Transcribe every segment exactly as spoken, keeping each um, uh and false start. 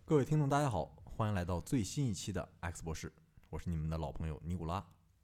各位听众大家好，欢迎来到最新一期的 X 博士，我是你们的老朋友尼古拉。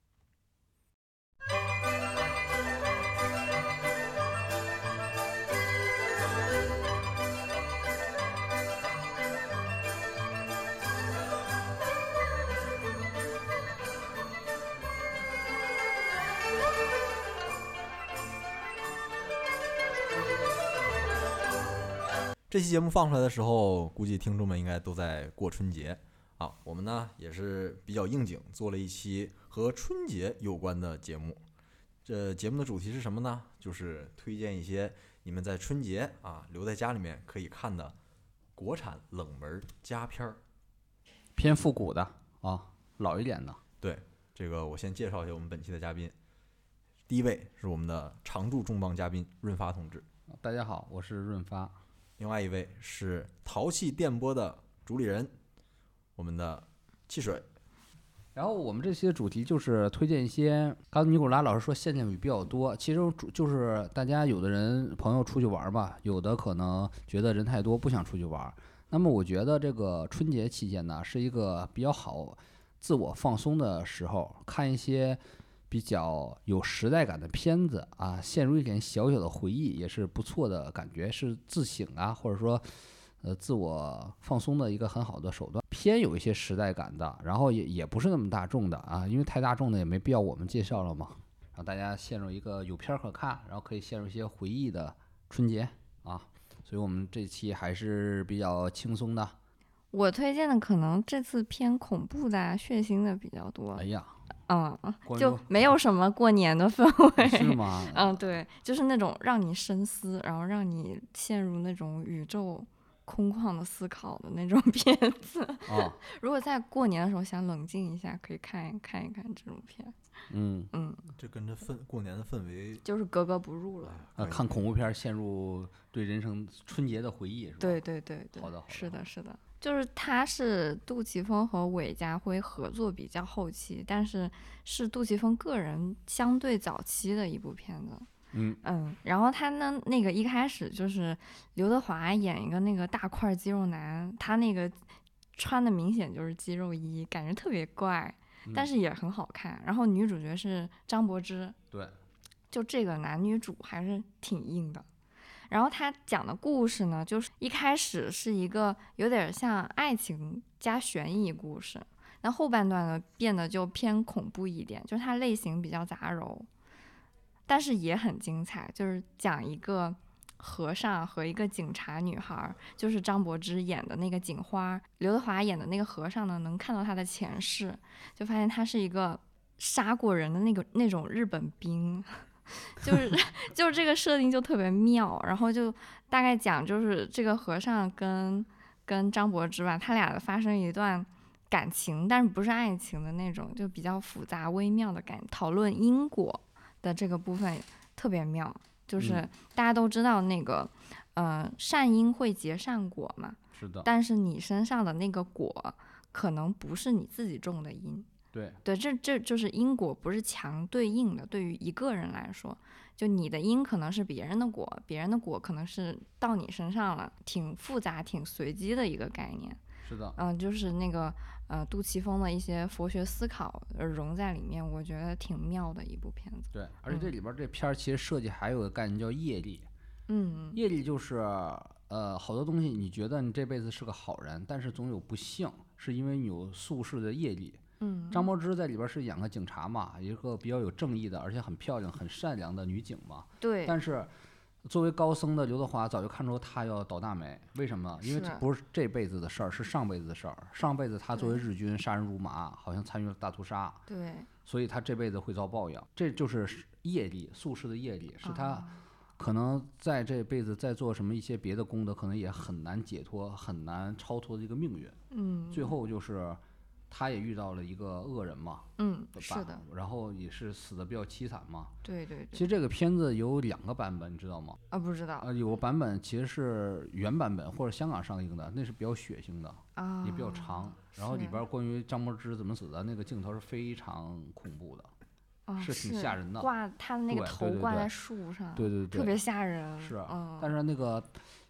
这期节目放出来的时候，估计听众们应该都在过春节啊。我们呢也是比较应景，做了一期和春节有关的节目。这节目的主题是什么呢？就是推荐一些你们在春节啊留在家里面可以看的国产冷门佳片儿， 偏复古的啊，老一点的。 对，这个我先介绍一下我们本期的嘉宾。第一位是我们的常驻重磅嘉宾润发同志。 大家好，我是润发。 另外一位是淘气电波的主理人，我们的汽水。 然后我们这期的主题就是推荐一些，刚才尼古拉老师说现象语比较多，其中主就是大家有的人朋友出去玩吧，有的可能觉得人太多不想出去玩。那么我觉得这个春节期间呢，是一个比较好自我放松的时候，看一些比较有时代感的片子啊，陷入一点小小的回忆也是不错的感觉，是自省啊，或者说呃自我放松的一个很好的手段。偏有一些时代感的，然后也也不是那么大众的啊，因为太大众的也没必要我们介绍了嘛，让大家陷入一个有片可看，然后可以陷入一些回忆的春节啊，所以我们这期还是比较轻松的。 我推荐的可能这次偏恐怖的、血腥的比较多。 哎呀， 嗯，就没有什么过年的氛围。 是吗？ 嗯，对，就是那种让你深思，然后让你陷入那种宇宙空旷的思考的那种片子。 哦， 如果在过年的时候想冷静一下，可以看一看一看这种片。 嗯嗯， 这跟着氛过年的氛围就是格格不入了。 啊，看恐怖片陷入对人生春节的回忆是吧？ 对对对对， 好的，好的是的，是的。就是它是杜琪峰和韦家辉合作比较后期，但是是杜琪峰个人相对早期的一部片子。 嗯嗯，然后他呢，那个一开始就是刘德华演一个那个大块肌肉男，他那个穿的明显就是肌肉衣，感觉特别怪，但是也很好看。然后女主角是张柏芝， 对， 就这个男女主还是挺硬的。然后他讲的故事呢，就是一开始是一个有点像爱情加悬疑故事，那后半段呢变得就偏恐怖一点，就是它类型比较杂糅，但是也很精彩。就是讲一个和尚和一个警察女孩，就是张柏芝演的那个警花，刘德华演的那个和尚呢，能看到他的前世，就发现他是一个杀过人的那个那种日本兵。就是就是这个设定就特别妙，然后就大概讲就是这个和尚跟跟张柏芝吧，他俩发生一段感情，但是不是爱情的那种，就比较复杂微妙的感，讨论因果的这个部分特别妙，就是大家都知道那个、嗯、呃善因会结善果嘛， 是的， 但是你身上的那个果可能不是你自己种的因。 对对，这这就是因果不是强对应的。对于一个人来说，就你的因可能是别人的果，别人的果可能是到你身上了，挺复杂、挺随机的一个概念。 是的， 嗯、呃，就是那个呃杜琪峰的一些佛学思考融在里面，我觉得挺妙的一部片子。 对，而且这里边这片儿其实设计还有个概念叫业力。 嗯， 业力就是呃好多东西，你觉得你这辈子是个好人，但是总有不幸，是因为你有宿世的业力。 嗯， 张柏芝在里边是演个警察嘛，一个比较有正义的，而且很漂亮、很善良的女警嘛。 对。 但是作为高僧的刘德华早就看出他要倒大霉，为什么？因为这不是这辈子的事儿，是上辈子的事儿。上辈子他作为日军杀人如麻，好像参与了大屠杀。 对。 所以他这辈子会遭报应，这就是业力，宿世的业力，是他。 啊可能在这辈子再做什么一些别的功德，可能也很难解脱，很难超脱的一个命运。 嗯， 最后就是他也遇到了一个恶人嘛， 嗯，是的， 然后也是死的比较凄惨嘛。 对对对。 其实这个片子有两个版本，你知道吗？ 啊，不知道。 呃，有个版本其实是原版本或者香港上映的，那是比较血腥的， 啊， 也比较长。然后里边关于张柏芝怎么死的那个镜头是非常恐怖的。 哦、 是挺吓人的， 挂他的那个头挂在树上， 对对对， 特别吓人。 是， 嗯， 但是那个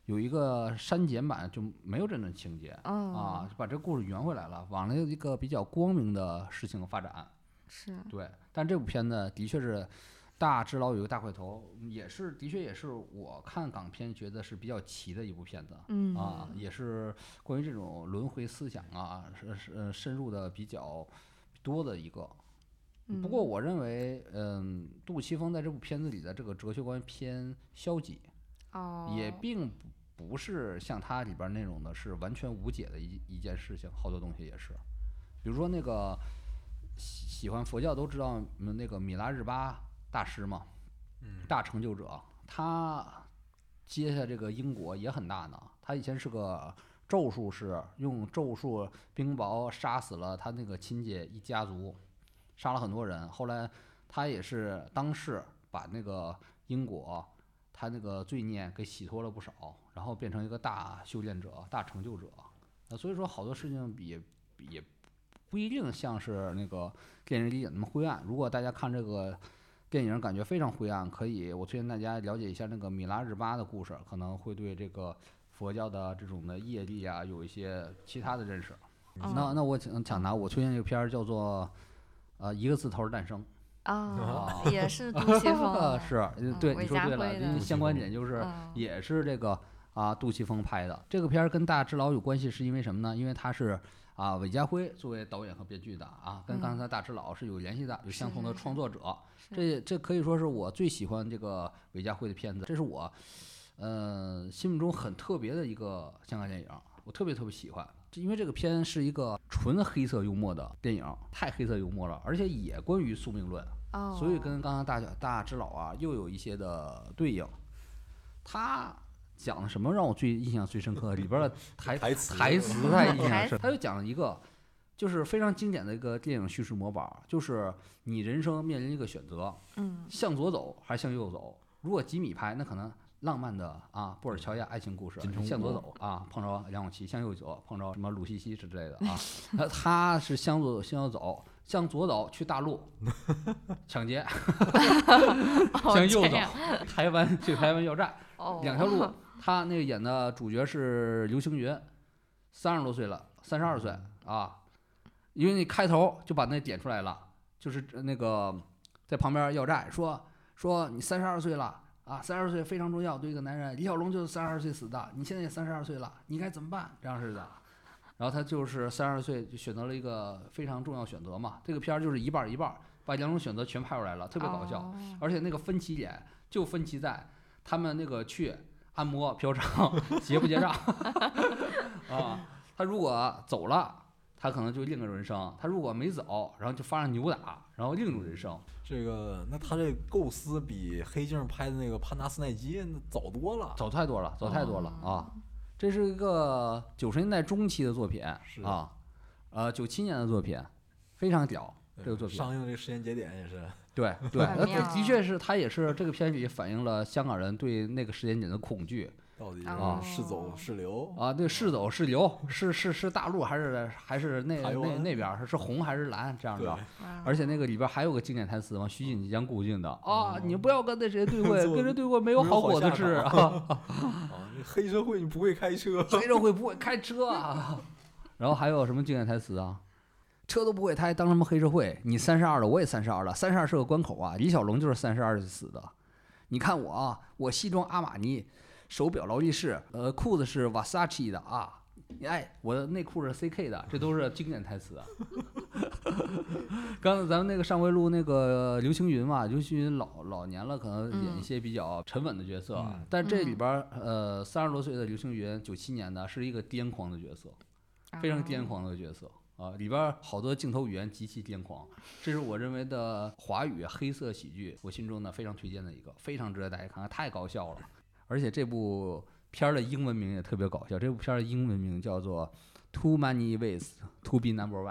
有一个删减版，就没有真正情节、 嗯、 啊，就把这个故事圆回来了，往了一个比较光明的事情发展。 是对，但这部片子的确是大只佬有个大块头，也是的确也是我看港片觉得是比较齐的一部片子。 嗯啊，也是关于这种轮回思想啊，是是深入的比较多的一个。不过我认为，嗯，杜琪峰在这部片子里的这个哲学观偏消极， 哦， 也并不不是像他里边那种的是完全无解的一一件事情，好多东西也是，比如说那个喜喜欢佛教都知道那个米拉日巴大师嘛， 嗯， 大成就者，他接下这个因果也很大呢。他以前是个咒术师，用咒术冰雹杀死了他那个亲戚一家族，杀了很多人。后来他也是当世把那个因果，他那个罪孽给洗脱了不少，然后变成一个大修炼者、大成就者。呃，所以说好多事情也也不一定像是那个电影理解那么灰暗。如果大家看这个电影感觉非常灰暗，可以我推荐大家了解一下那个米拉日巴的故事，可能会对这个佛教的这种的业力啊有一些其他的认识。 嗯、 那那我抢抢答，我推荐这个片儿叫做呃一个字头的诞生。 啊，也是杜琪峰， 是，对，你说对了，因为相关点就是嗯、 也是这个啊杜琪峰拍的。这个片儿跟大只佬有关系，是因为什么呢？因为他是啊韦家辉作为导演和编剧的啊，跟刚才大只佬是有联系的，有相同的创作者。这这可以说是我最喜欢这个韦家辉的片子，这是我呃心目中很特别的一个香港电影，我特别特别喜欢。因为这个片是一个纯黑色幽默的电影，太黑色幽默了，而且也关于宿命论， 哦、 所以跟刚刚大大只佬啊又有一些的对应。他讲的什么让我最印象最深刻？里边的台台词台词太印象深。他就讲了一个，就是非常经典的一个电影叙事模板，就是你人生面临一个选择， 嗯， 向左走还是向右走？如果吉米拍，那可能浪漫的啊，布尔乔亚爱情故事，向左走啊，碰着梁咏琪；向右走，碰着什么鲁西西之类的啊。他他是向左向右走，向左走去大陆抢劫，向右走台湾去台湾要债，两条路。他那个演的主角是刘青云，三十多岁了，三十二岁啊，因为你开头就把那点出来了，就是那个在旁边要债，说说你三十二岁了。啊，三十二岁非常重要，对一个男人，李小龙就是三十二岁死的，你现在也三十二岁了，你该怎么办？这样似的。然后他就是三十二岁就选择了一个非常重要选择嘛。这个片儿就是一半一半，把两种选择全拍出来了，特别搞笑。 哦、 而且那个分歧点就分歧在他们那个去按摩嫖娼结不结账啊？他如果走了，他可能就另一个人生；他如果没走，然后就发生扭打，然后另一种人生。 这个，那他这构思比黑镜拍的那个《潘达斯奈基》那早多了， 早太多了，早太多了、哦、啊！这是一个九十年代中期的作品啊，呃，九七年的作品，非常屌。这个作品上映这个时间节点也是， 对对，呃，的确是，它也是这个片里反映了香港人对那个时间点的恐惧。 到底啊，是走是留啊？对，是走是留，是是是大陆还是还是那那那边是红还是蓝这样的？而且那个里边还有个经典台词嘛，虚惊即将故境的啊，你不要跟那谁对会，跟人对会没有好果子吃啊！ 啊，黑社会你不会开车， 黑社会不会开车啊！然后还有什么经典台词啊？车都不会开，当什么黑社会？你三十二了，我也三十二了，三十二是个关口啊！李小龙就是三十二岁死的。你看我啊，我西装阿玛尼。手表劳力士，呃，裤子是 Versace 的啊，哎，我的内裤是 C K 的，这都是经典台词啊。刚才咱们那个上回录那个刘青云嘛，刘青云老老年了，可能演一些比较沉稳的角色， 嗯、 但这里边呃三十多岁的刘青云，九七年的是一个癫狂的角色，非常癫狂的角色啊，里边好多镜头语言极其癫狂，这是我认为的华语黑色喜剧，我心中呢非常推荐的一个，非常值得大家看看，太搞笑了。而且这部片儿的英文名也特别搞笑，这部片儿的英文名叫做 Too Many Ways to Be Number One 。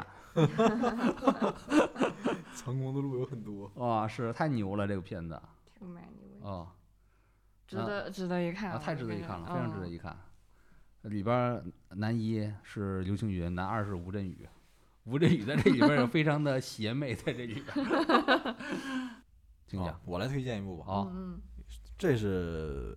成功的路有很多。 哇、哦，是太牛了这个片子。 Too Many Ways。 哦， 值得、啊、值得一看、 啊，太值得一看了，非常值得一看。 哦、 里边男一是刘青云，男二是吴镇宇，吴镇宇在这里边也非常的邪魅，在这里边。请讲、 哦，我来推荐一部吧。 啊、哦， 嗯， 这是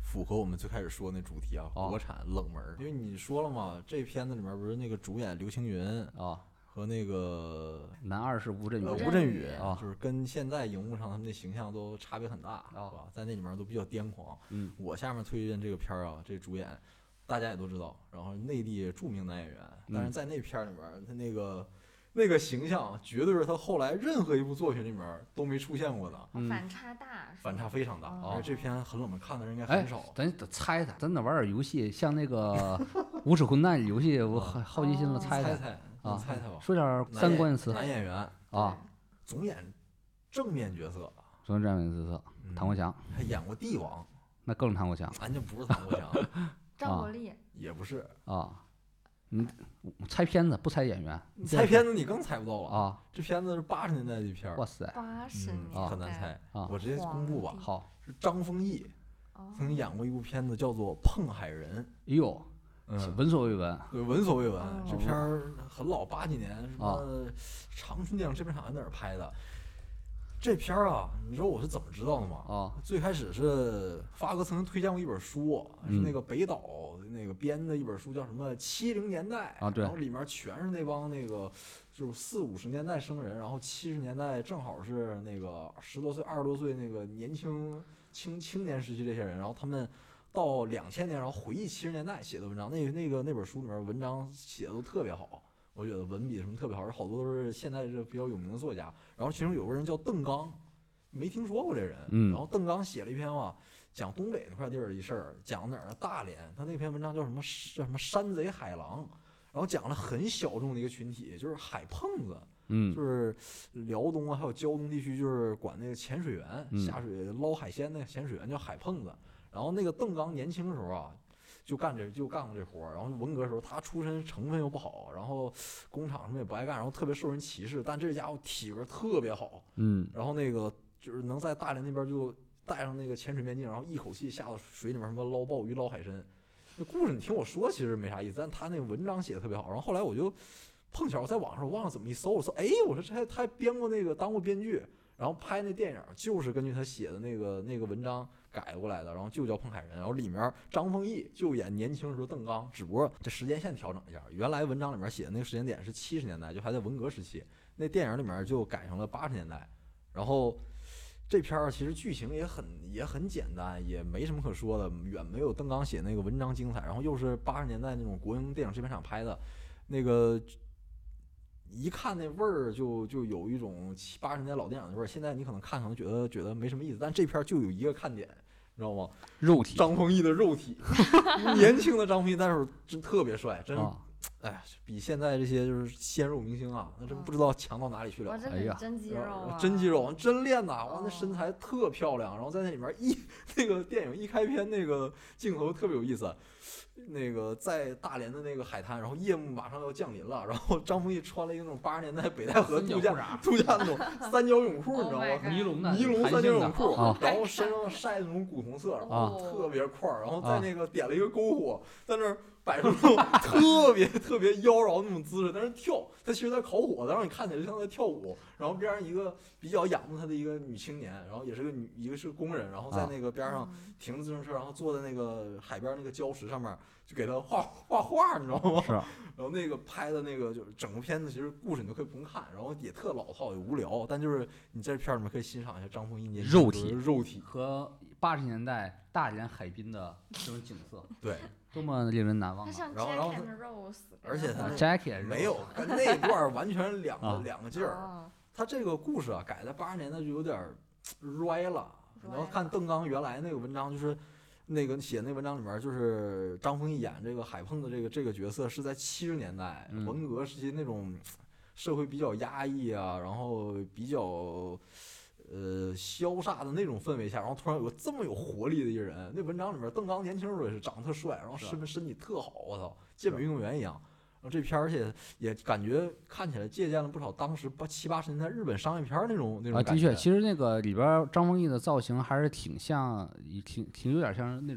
符合我们最开始说那主题啊， 哦国产冷门儿。因为你说了嘛，这片子里面不是那个主演刘青云啊， 和那个男二是吴镇宇呃， 振吴镇宇宇啊就是跟现在荧幕上他们的形象都差别很大， 啊是吧？在那里面都比较癫狂。 嗯我下面推荐这个片儿啊，这主演大家也都知道，然后内地著名男演员，但是嗯在那片儿里面，他那个那个形象绝对是他后来任何一部作品里面都没出现过的， 嗯反差大，是反差吗非常大。 哦而且这片很冷门，看的人应该哎很少。 咱得猜猜，咱得玩点游戏，像那个无耻混蛋游戏，我好好奇心的哦猜猜猜，你啊猜猜吧。 说点男演三关键词男演员啊， 总演正面角色， 说这样的角色， 嗯唐国强， 还演过帝王， 那更是唐国强咱就不是唐国强， 张国立， 也不是。 啊。你猜片子不猜演员？ 你猜片子你更猜不到了。 啊！ 这片子是八十年代的片儿哇，塞八十嗯， 年很难代猜。 啊！ 我直接公布吧皇，帝好， 是张丰毅哦曾经演过一部片子叫做《碰海人》， 哎呦， 嗯， 闻所未闻对，闻所未闻。 哦这片儿很老，八几年什啊么长春电影制片厂在哪儿拍的？这片儿啊，你知道我是怎么知道的吗？ 啊！ 最开始是发哥曾经推荐过一本书，是嗯那个北岛那个编的一本书，叫什么《七零年代》 啊对然后里面全是那帮那个就是四五十年代生人，然后七十年代正好是那个十多岁、二十多岁那个年轻青青年时期这些人，然后他们到两千年，然后回忆七十年代写的文章，那那个那本书里面文章写的都特别好。我觉得文笔什么特别好，好多都是现在这比较有名的作家。然后其中有个人叫邓刚，没听说过这人。 嗯然后邓刚写了一篇嘛，讲东北那块地儿的一事儿，讲哪儿呢？大连。他那篇文章叫什么？叫什么山贼海狼。然后讲了很小众的一个群体，就是海碰子， 嗯就是辽东啊，还有胶东地区，就是管那个潜水员嗯下水捞海鲜那个潜水员叫海碰子。然后那个邓刚年轻的时候啊，就干这就干过这活儿，然后文革的时候他出身成分又不好，然后工厂什么也不爱干，然后特别受人歧视，但这家伙体格特别好， 嗯然后那个就是能在大连那边就戴上那个潜水面镜，然后一口气下到水里面什么捞鲍鱼捞海参。那故事你听我说其实没啥意思，但他那个文章写的特别好。然后后来我就碰巧在网上我忘了怎么一搜，我说哎，我说这还他还编过那个当过编剧，然后拍那电影就是根据他写的那个那个文章改过来的，然后就叫《碰海人》，然后里面张丰毅就演年轻时候邓刚，只不过这时间线调整一下，原来文章里面写的那个时间点是七十年代，就还在文革时期，那电影里面就改成了八十年代，然后。这片儿其实剧情也很也很简单，也没什么可说的，远没有邓刚写那个文章精彩。然后又是八十年代那种国营电影制片厂拍的，那个一看那味儿就就有一种七八十年代老电影的味儿。现在你可能看可能觉得觉得没什么意思，但这片儿就有一个看点，你知道吗？ 肉体张丰毅的肉体，年轻的张丰毅，但是真特别帅，真是。 啊， 哎，比现在这些就是鲜肉明星啊，那真不知道强到哪里去了哇，。这哎呀可是真肌肉啊！ 真肌肉，真练呐！哇，那哦身材特漂亮。然后在那里面一那个电影一开篇那个镜头特别有意思，那个在大连的那个海滩，然后夜幕马上要降临了，然后张丰毅穿了一个那种八十年代北戴河度假度假那种三角泳裤，你知道 Oh my 吗？ god 尼龙的尼龙三角泳裤啊， 然后身上晒那种古铜色，然后哦特别块儿，然后啊在那个点了一个篝火，在那儿摆出那种特别特别妖娆那种姿势，在那儿跳。他其实在烤火，让你看起来就像在跳舞。然后边上一个比较仰慕他的一个女青年，然后也是个女，一个是个工人，然后在那个边上嗯停自行车，然后坐在那个海边那个礁石上面，就给他画画画，你知道吗？ 是然后那个拍的那个就是整个片子，其实故事你都可以不用看，然后也特老套也无聊，但就是你在片儿里面可以欣赏一下张丰毅年轻肉体时候的肉体， 和八十年代大连海滨的这种景色， 对， 多么令人难忘啊他像然后然后 Jack and Rose， 而且他那 ！Jackie 没有跟那段儿完全两个啊两个劲儿。 哦他这个故事啊，改在八十年代就有点儿歪了。你要看邓刚原来那个文章，就是那个写那文章里面，就是张丰毅演这个海碰的这个这个角色是在七十年代嗯文革时期那种社会比较压抑啊，然后比较。呃，潇洒的那种氛围下，然后突然有个这么有活力的一个人。那文章里面，邓刚年轻时候也是长得特帅，然后是身身体特好，我操，健美运动员一样。然后这片儿，而且也感觉看起来借鉴了不少当时八七八十年代日本商业片儿那种那种啊， 感觉。 的确，其实那个里边儿张丰毅的造型还是挺像，挺挺有点像那种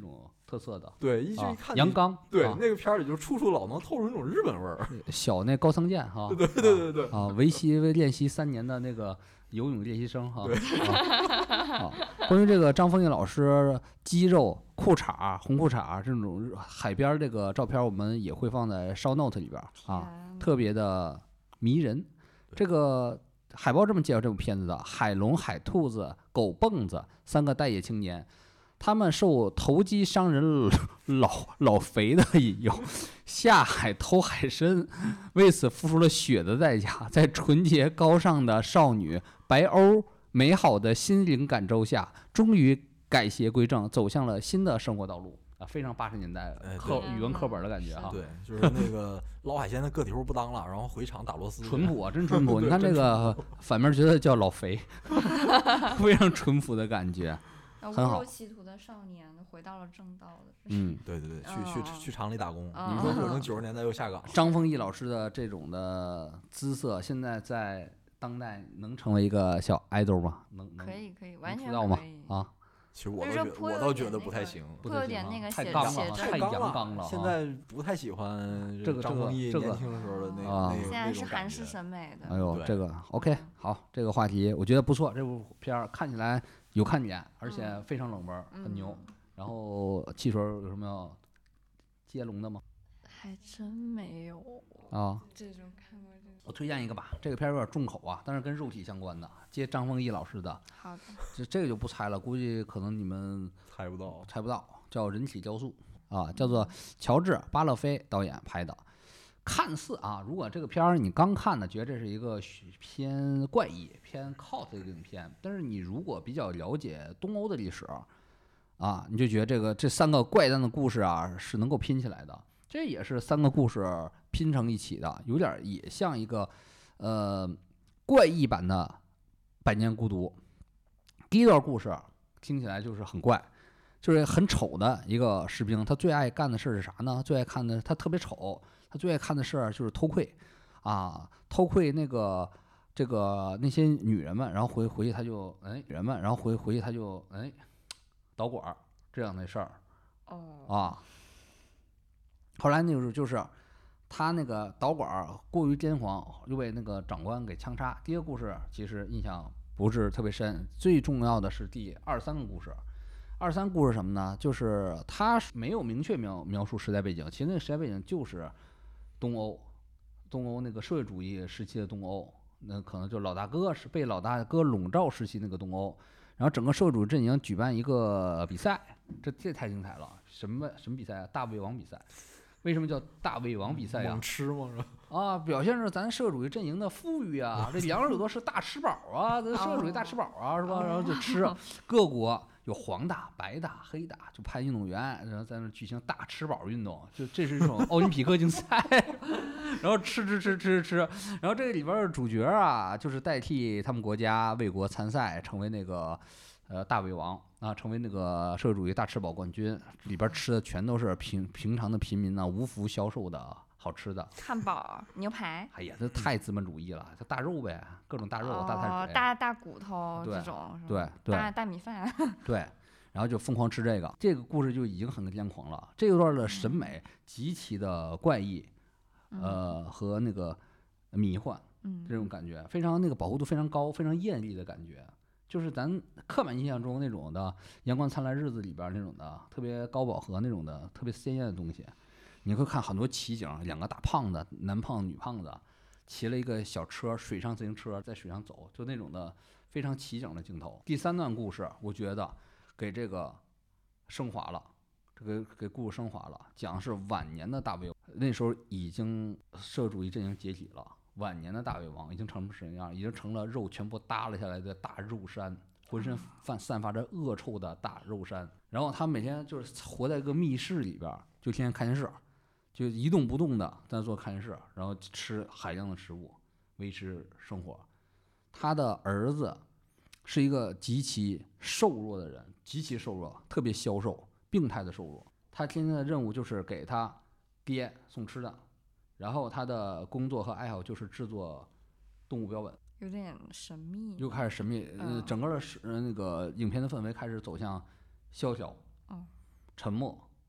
特色的。 对，一就啊一看阳刚， 对、 啊、 那个片儿里就处处老能透出那种日本味儿。 小那高仓健哈， 对对对对对啊，为期练习三年的那个游泳练习生哈。啊，啊关于这个张丰毅老师肌肉、裤衩、红裤衩这种海边这个照片，我们也会放在 show note 里边啊，特别的迷人。这个海报这么介绍这部片子的：海龙、海兔子、狗蹦子三个待业青年。他们受投机商人老老肥的引诱，下海偷海参，为此付出了血的代价。在纯洁高尚的少女白欧美好的心灵感召下，终于改邪归正，走向了新的生活道路啊！非常八十年代课语文课本的感觉哈。 对，就是那个捞海鲜的个体户不当了，然后回厂打螺丝。 淳朴啊，真淳朴！你看这个反面觉得叫老肥，非常淳朴的感觉。很好， 歧途的少年回到了正道的。 嗯， 对对对，去去去厂里打工。 嗯、 你说可能九十年代又下岗。 张丰毅老师的这种的姿色，现在在当代能成为一个小 idol 吗？能能可以可以，完全可以啊。 其实我倒觉得我倒觉得不太行， 不有点那个太刚了， 太阳刚了。 现在不太喜欢这个张丰毅这个年轻的时候的那啊， 现在是韩式审美的。 哎呦，这个 OK 好，这个话题我觉得不错，这部片儿看起来有看点，而且非常冷门，很牛。然后汽水有什么要接龙的吗？ 还真没有啊。 这种看过这个， 我推荐一个吧，这个片儿有点重口啊，但是跟肉体相关的，接张丰毅老师的。 好的。 这这个就不猜了，估计可能你们猜不到， 猜不到，叫《人体雕塑》啊，叫做乔治·巴勒菲导演拍的。看似啊，如果这个片儿你刚看呢，觉得这是一个偏怪异、偏 cult 的影片，但是你如果比较了解东欧的历史啊，你就觉得这个这三个怪诞的故事啊是能够拼起来的。这也是三个故事拼成一起的，有点也像一个呃怪异版的《百年孤独》。第一段故事听起来就是很怪，就是很丑的一个士兵，他最爱干的事是啥呢？最爱看的他特别丑。他最爱看的事儿就是偷窥，啊，偷窥那个这个那些女人们，然后回回去他就哎女人们，然后回回去他就哎导管这样的事儿， 哦啊，后来那个就是他那个导管过于癫狂，又被那个长官给枪杀。第一个故事其实印象不是特别深，最重要的是第二三个故事。二三故事什么呢？就是他没有明确描描述时代背景，其实那个时代背景就是东欧，东欧那个社会主义时期的东欧，那可能就老大哥是被老大哥笼罩时期那个东欧，然后整个社会主义阵营举办一个比赛，这这太精彩了！什么什么比赛啊？大胃王比赛。为什么叫大胃王比赛呀？ 猛吃吗？ 啊，表现着咱社会主义阵营的富裕啊，这粮食有的是大吃饱啊，咱社会主义大吃饱啊，是吧？然后就吃，各国有黄大、白大、黑大，就派运动员，然后在那举行大吃饱运动，就这是一种奥林匹克竞赛。然后吃吃吃吃吃，然后这个里边的主角啊，就是代替他们国家为国参赛，成为那个呃大胃王。啊，成为那个社会主义大吃饱冠军，里边吃的全都是平平常的平民呢无福消受的好吃的， 汉堡、牛排。 哎呀，这太资本主义了，这大肉呗，各种大肉、 哦、 大碳水、 大大骨头这种， 对对， 大大米饭， 对，然后就疯狂吃这个，这个故事就已经很癫狂了。这一段的审美极其的怪异， 嗯、 呃，和那个迷幻， 嗯， 这种感觉非常那个保护度非常高，非常艳丽的感觉。就是咱刻板印象中那种的《阳光灿烂日子》里边那种的特别高饱和那种的特别鲜艳的东西，你会看很多奇景，两个大胖子，男胖子女胖子，骑了一个小车，水上自行车在水上走，就那种的非常奇景的镜头。第三段故事，我觉得给这个升华了，这个给故事升华了，讲的是晚年的大胃王，那时候已经社会主义阵营解体了。晚年的大胃王已经成什么样？已经成了肉全部耷拉下来的大肉山，浑身散散发着恶臭的大肉山。然后他每天就是活在一个密室里边，就天天看电视，就一动不动的在那做看电视，然后吃海量的食物维持生活。他的儿子是一个极其瘦弱的人，极其瘦弱，特别消瘦，病态的瘦弱。他天天的任务就是给他爹送吃的。然后他的工作和爱好就是制作动物标本， 有点神秘， 又开始神秘，呃，整个的是那个影片的氛围开始走向萧条、 哦、 沉默，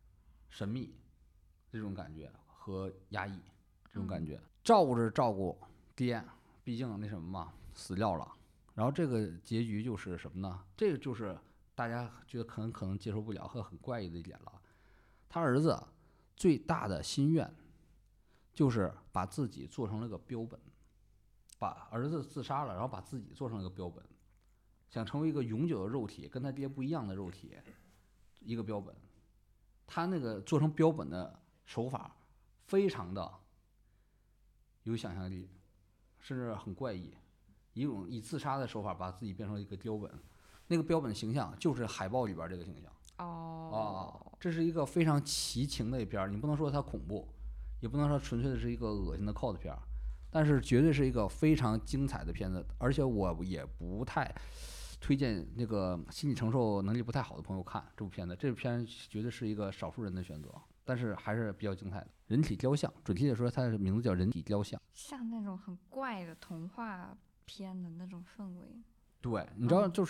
神秘这种感觉和压抑这种感觉，嗯、照顾着照顾爹，毕竟那什么嘛，死掉了。然后这个结局就是什么呢？这个就是大家觉得可能可能接受不了和很怪异的一点了。他儿子最大的心愿就是把自己做成了个标本，把儿子自杀了，然后把自己做成了个标本，想成为一个永久的肉体，跟他爹不一样的肉体，一个标本。他那个做成标本的手法非常的有想象力，甚至很怪异，一种以自杀的手法把自己变成一个标本，那个标本形象就是海报里边这个形象。 哦， 啊，这是一个非常奇情的一片，你不能说它恐怖，也不能说纯粹的是一个恶心的 cult 片，但是绝对是一个非常精彩的片子，而且我也不太推荐那个心理承受能力不太好的朋友看这部片子，这部片绝对是一个少数人的选择，但是还是比较精彩的。人体雕像，准确的说，它的名字叫人体雕像， 像那种很怪的童话片的那种氛围。 对，你知道就是、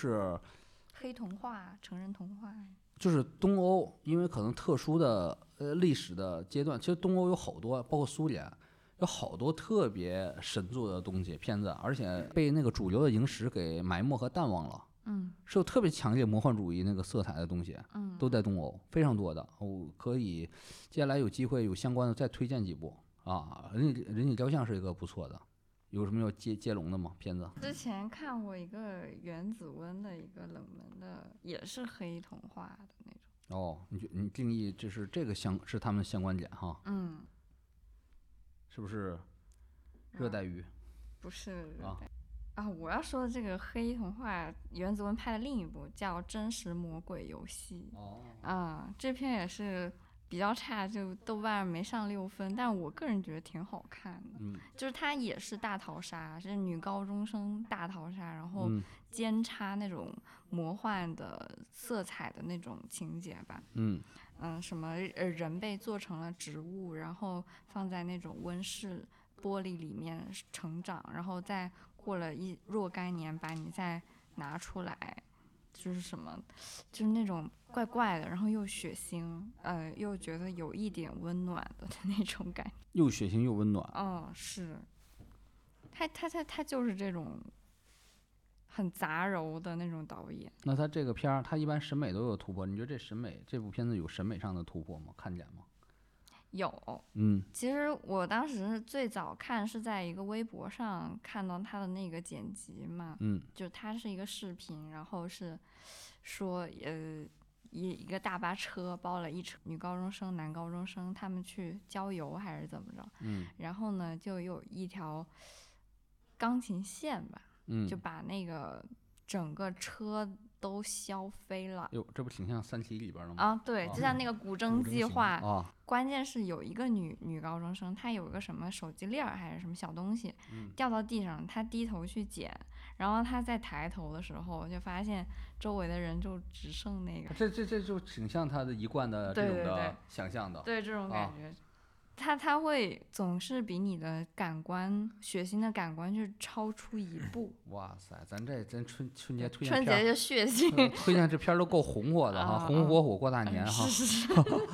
嗯、黑童话、成人童话。 就是东欧，因为可能特殊的呃历史的阶段，其实东欧有好多，包括苏联，有好多特别神作的东西片子，而且被那个主流的影史给埋没和淡忘了。 嗯， 是有特别强烈魔幻主义那个色彩的东西， 嗯， 都在东欧非常多的。我可以接下来有机会有相关的再推荐几部啊。人体人体雕像是一个不错的。有什么要接接龙的吗？片子之前看过一个原子温的一个冷门的，也是黑童话的那种。 哦，你你定义这是这个相是他们的相关点哈？ 嗯， 是不是热带鱼？ 不是啊啊！我要说的这个黑童话，原子温拍的另一部叫《真实魔鬼游戏》。 哦， 啊，这篇也是比较差，就豆瓣没上六分，但我个人觉得挺好看的。 嗯， 就是它也是大逃杀，是女高中生大逃杀，然后兼插那种魔幻的色彩的那种情节吧。 嗯嗯，什么呃人被做成了植物，然后放在那种温室玻璃里面成长，然后再过了一若干年把你再拿出来。就是什么，就是那种怪怪的，然后又血腥，呃，又觉得有一点温暖的那种感觉。 又血腥又温暖。 嗯，是。他他他他就是这种很杂糅的那种导演。 那他这个片儿，他一般审美都有突破，你觉得这审美这部片子有审美上的突破吗？看见吗？ 有， 嗯， 其实我当时最早看是在一个微博上看到他的那个剪辑嘛， 嗯， 就它是一个视频，然后是说呃一一个大巴车包了一车女高中生、男高中生，他们去郊游还是怎么着， 嗯， 然后呢就有一条钢琴线吧， 嗯， 就把那个整个车都削飞了。 哟，这不挺像《三体》里边的吗？ 啊，对，就像那个古筝计划。 啊， 关键是有一个女女高中生，她有一个什么手机链儿还是什么小东西、 嗯、 掉到地上，她低头去捡，然后她在抬头的时候就发现周围的人就只剩那个。 这这这就挺像他的一贯的这种的想象的。 对，对，对，对这种感觉。啊，他他会总是比你的感官血腥的感官去超出一步。 哇塞，咱这咱春春节推荐春节就血腥、 呃，推荐这片都够红火的哈， 啊、 红红火火过大年哈。 是是是。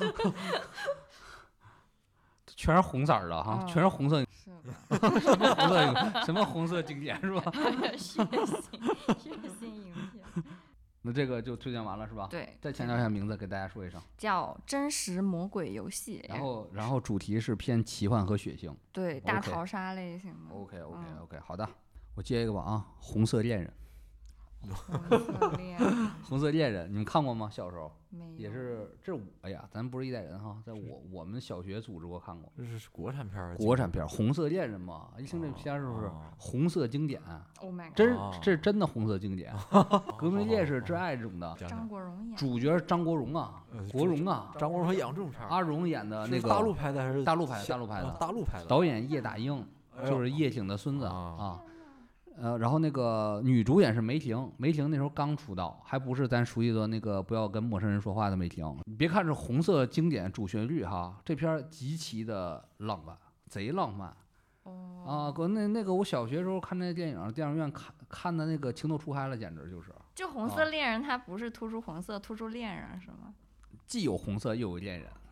全是红色的哈， 啊、 全是红色。 是什么红色？什么红色经典是吧？ 血腥血腥影片。 那这个就推荐完了是吧？ 对， 再强调一下名字，给大家说一声， 叫《真实魔鬼游戏》。 然后，然后主题是偏奇幻和血腥， 对，大逃杀类型的。 OK OK OK， 好的，我接一个吧啊，红色恋人。 红色恋人， 红色恋人，你们看过吗？小时候没有， 也是这，哎呀，咱不是一代人哈，在我我们小学组织过看过。 这是国产片儿， 国产片儿，红色恋人嘛，一听这片儿是不是红色经典 ？Oh my god， 真这是真的红色经典，革命烈士挚爱这种的。 张国荣演， 主角张国荣啊，国荣啊， 张国荣演这种片儿。 阿荣演的那个大陆拍的还是大陆拍的？大陆拍的， 大陆拍的。 导演叶打鹰，就是叶挺的孙子啊。呃，然后那个女主演是梅婷，梅婷那时候刚出道，还不是咱熟悉的那个不要跟陌生人说话的梅婷。你别看是红色经典主旋律哈，这片儿极其的浪漫，贼浪漫。 哦。 啊，哥，那那个我小学时候看那电影，电影院看看的那个情窦初开了，简直就是。 就红色恋人，它不是突出红色，突出恋人是吗？ 既有红色又有恋人。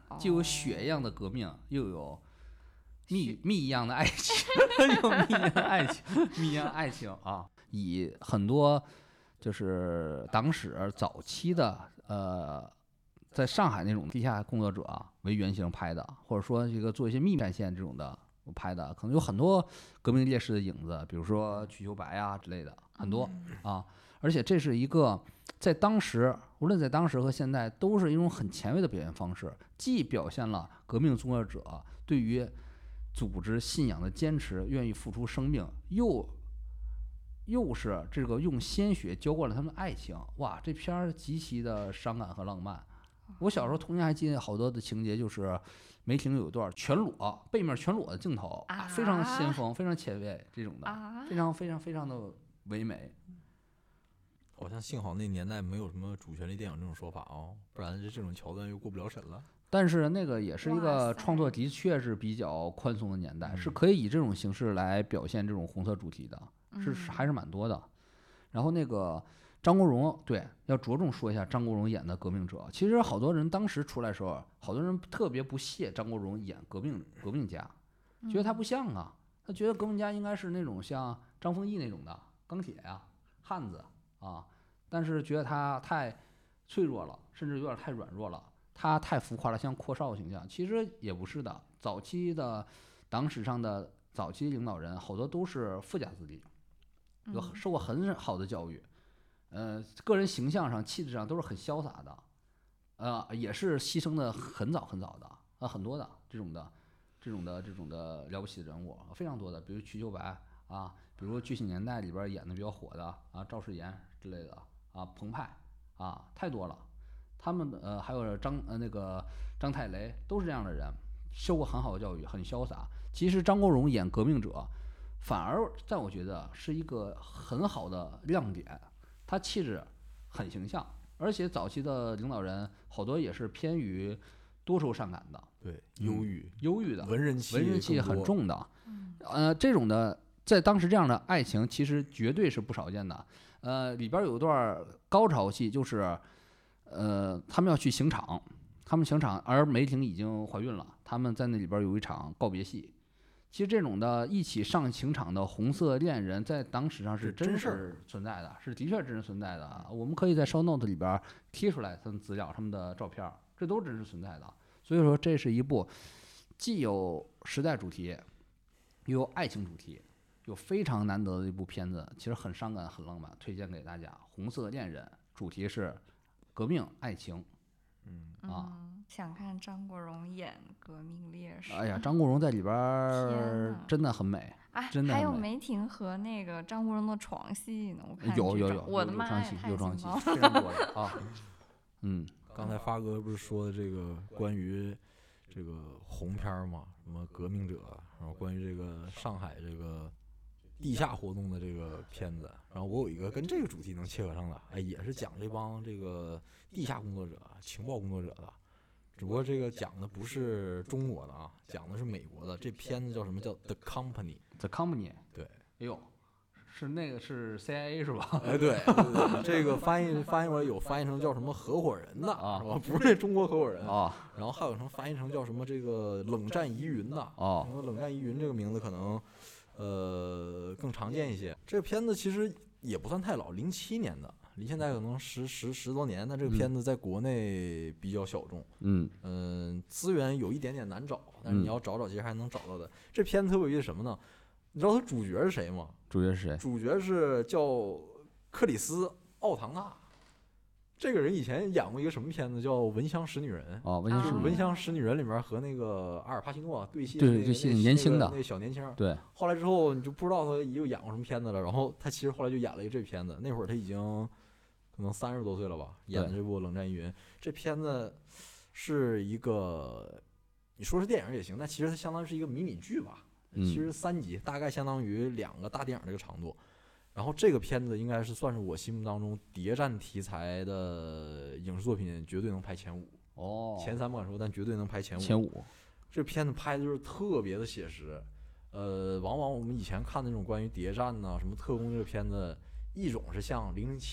既有血一样的革命，又有蜜蜜一样的爱情，有蜜一样的爱情，蜜一样的爱情啊！以很多就是党史早期的呃，在上海那种地下工作者啊为原型拍的，或者说这个做一些秘密战线这种的拍的，可能有很多革命烈士的影子，比如说瞿秋白啊之类的，很多啊。而且这是一个在当时，无论在当时和现在，都是一种很前卫的表现方式，既表现了革命作者对于组织信仰的坚持，愿意付出生命，又又是这个用鲜血浇灌了他们的爱情。哇，这片儿极其的伤感和浪漫。我小时候童年还记得好多的情节，就是梅婷有一段全裸，背面全裸的镜头， 啊、 非常先锋，非常前卫，这种的， 啊、 非常非常非常的唯美。 好像幸好那年代没有什么主旋律电影这种说法哦，不然这这种桥段又过不了审了。 但是那个也是一个创作的确是比较宽松的年代，是可以以这种形式来表现这种红色主题的，是还是蛮多的。然后那个张国荣，对，要着重说一下张国荣演的革命者。其实好多人当时出来的时候，好多人特别不屑张国荣演革命革命家，觉得他不像啊，他觉得革命家应该是那种像张丰毅那种的钢铁呀、啊、汉子啊，但是觉得他太脆弱了，甚至有点太软弱了。他太浮夸了，像阔少形象，其实也不是的。早期的党史上的早期领导人，好多都是富家子弟，有受过很好的教育，呃，个人形象上、气质上都是很潇洒的，呃，也是牺牲的很早很早的，啊，很多的这种的、这种的、这种的了不起的人物，非常多的，比如瞿秋白啊，比如《觉醒年代》里边演的比较火的啊，赵世炎之类的啊，彭湃啊，太多了。他们的呃还有张呃那个张太雷都是这样的人，受过很好的教育，很潇洒。其实张国荣演革命者，反而在我觉得是一个很好的亮点，他气质很形象，而且早期的领导人好多也是偏于多愁善感的， 对，忧郁、 嗯、忧郁的， 文人气文人气很重的，呃，这种的在当时这样的爱情其实绝对是不少见的。呃，里边有一段高潮戏就是。呃，他们要去刑场，他们刑场，而梅婷已经怀孕了，他们在那里边有一场告别戏。其实这种的一起上刑场的红色恋人，在党史上是真实存在的，是的确真实存在的。我们可以在 show note 里边贴出来他们资料、他们的照片，这都是真实存在的。所以说，这是一部既有时代主题，又有爱情主题，有非常难得的一部片子，其实很伤感、很浪漫，推荐给大家。红色恋人主题是革命爱情， 嗯啊、 嗯，想看张国荣演革命烈士。 哎呀，张国荣在里边真的很美， 啊， 真的还有梅婷和那个张国荣的床戏呢，我看有有有， 我的妈呀， 有床戏， 太非常多的啊。嗯， 刚才发哥不是说的这个关于这个红片嘛，什么革命者，然后关于这个上海这个地下活动的这个片子，然后我有一个跟这个主题能切合上的，哎，也是讲这帮这个地下工作者、情报工作者的，只不过这个讲的不是中国的啊，讲的是美国的。这片子叫什么？叫 The Company。The Company。 对， 哎呦，是那个是 C I A 是吧？ 哎，对，对对这个翻译翻译过来有翻译成叫什么合伙人的啊，是吧？不是中国合伙人啊。 然后还有什么翻译成叫什么这个冷战疑云的啊？ 什么冷战疑云这个名字可能。呃，更常见一些。这个片子其实也不算太老，零七年的，离现在可能十十十多年。但这个片子在国内比较小众， 嗯嗯、呃，资源有一点点难找，但是你要找找，其实还能找到的。这片子特别有意思什么呢？你知道他主角是谁吗？ 主角是谁？ 主角是叫克里斯·奥唐纳。这个人以前演过一个什么片子，叫《闻香识女人》 哦，闻香识女人， 闻香识女人里面和那个阿尔帕西诺对戏， 对对戏年轻的那个小年轻， 对。 后来之后你就不知道他又演过什么片子了，然后他其实后来就演了一个这片子，那会儿他已经可能三十多岁了吧，演的这部《冷战疑云》。这片子是一个，你说是电影也行，但其实它相当于是一个迷你剧吧，其实三集，大概相当于两个大电影这个长度。然后这个片子应该是算是我心目当中谍战题材的影视作品，绝对能排前五哦， 前三不敢说，但绝对能排前五。 前五， 这片子拍的就是特别的写实，呃，往往我们以前看那种关于谍战呐、什么特工这个片子，一种是像零零七，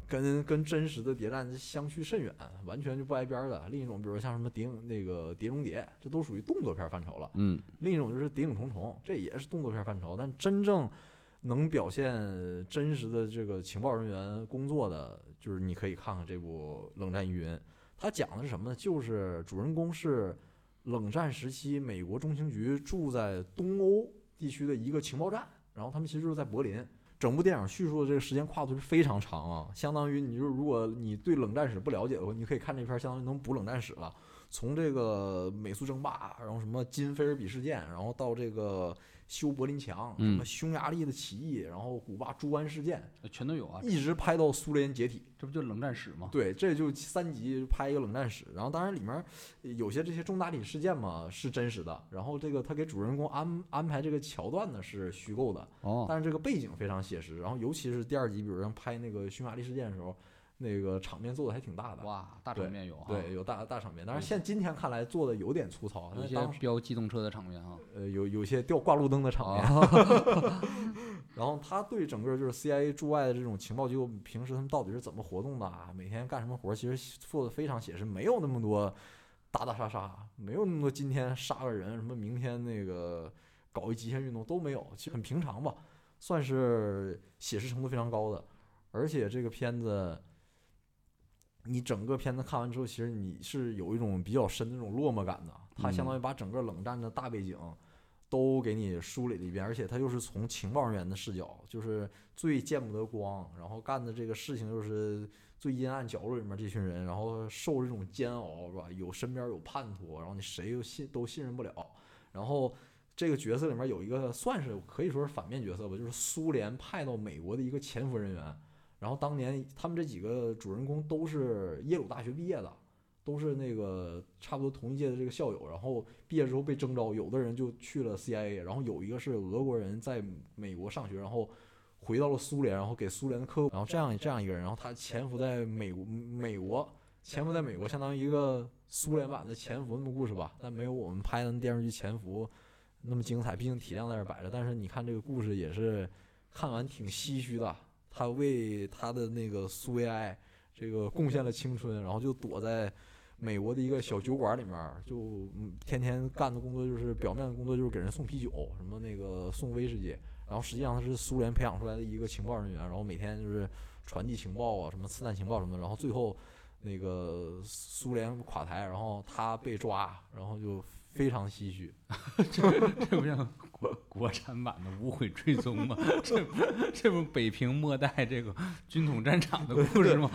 跟跟真实的谍战相去甚远，完全就不挨边儿的。另一种，比如像什么谍影那个谍中谍，这都属于动作片范畴了。 嗯， 另一种就是谍影重重，这也是动作片范畴，但真正能表现真实的这个情报人员工作的，就是你可以看看这部《冷战疑云》。它讲的是什么呢？就是主人公是冷战时期美国中情局住在东欧地区的一个情报站，然后他们其实就是在柏林。整部电影叙述的这个时间跨度是非常长啊，相当于你就是如果你对冷战史不了解的话，你可以看这片，相当于能补冷战史了。从这个美苏争霸，然后什么金菲尔比事件，然后到这个修柏林墙，什么匈牙利的起义，然后古巴猪湾事件， 全都有啊， 一直拍到苏联解体， 这不就冷战史吗？ 对，这就三集拍一个冷战史。然后当然里面有些这些重大历史事件嘛是真实的，然后这个他给主人公安安排这个桥段呢是虚构的， 哦， 但是这个背景非常写实。然后尤其是第二集，比如像拍那个匈牙利事件的时候，那个场面做的还挺大的。 哇，大场面有啊， 对，有大大场面。当然现今天看来做的有点粗糙， 有些飙机动车的场面啊， 呃，有有些吊挂路灯的场面。 哦然后他对整个就是 C I A 驻外的这种情报机构，平时他们到底是怎么活动的啊？每天干什么活？其实做的非常写实，没有那么多打打杀杀，没有那么多今天杀个人，什么明天那个搞一极限运动都没有，其实很平常吧，算是写实程度非常高的。而且这个片子，你整个片子看完之后，其实你是有一种比较深的那种落寞感的。它相当于把整个冷战的大背景都给你梳理了一遍，而且它又是从情报人员的视角，就是最见不得光，然后干的这个事情又是最阴暗角落里面这群人，然后受这种煎熬，是吧？有身边有叛徒，然后你谁又信都信任不了。然后这个角色里面有一个算是可以说是反面角色吧，就是苏联派到美国的一个潜伏人员。然后当年他们这几个主人公都是耶鲁大学毕业的，都是那个差不多同一届的这个校友，然后毕业之后被征召，有的人就去了 C I A， 然后有一个是俄国人在美国上学，然后回到了苏联，然后给苏联的科普，然后这样这样一个人，然后他潜伏在美国，美国潜伏在美国，相当于一个苏联版的潜伏那么故事吧，但没有我们拍的电视剧潜伏那么精彩，毕竟体量在这摆着。但是你看这个故事也是看完挺唏嘘的，他为他的那个苏维埃这个贡献了青春，然后就躲在美国的一个小酒馆里面，就天天干的工作就是表面的工作就是给人送啤酒，什么那个送威士忌，然后实际上他是苏联培养出来的一个情报人员，然后每天就是传递情报啊，什么刺探情报什么的，然后最后那个苏联垮台，然后他被抓，然后就非常唏嘘。 这这不像国国产版的《无悔追踪》吗？这不这不北平末代这个军统战场的故事吗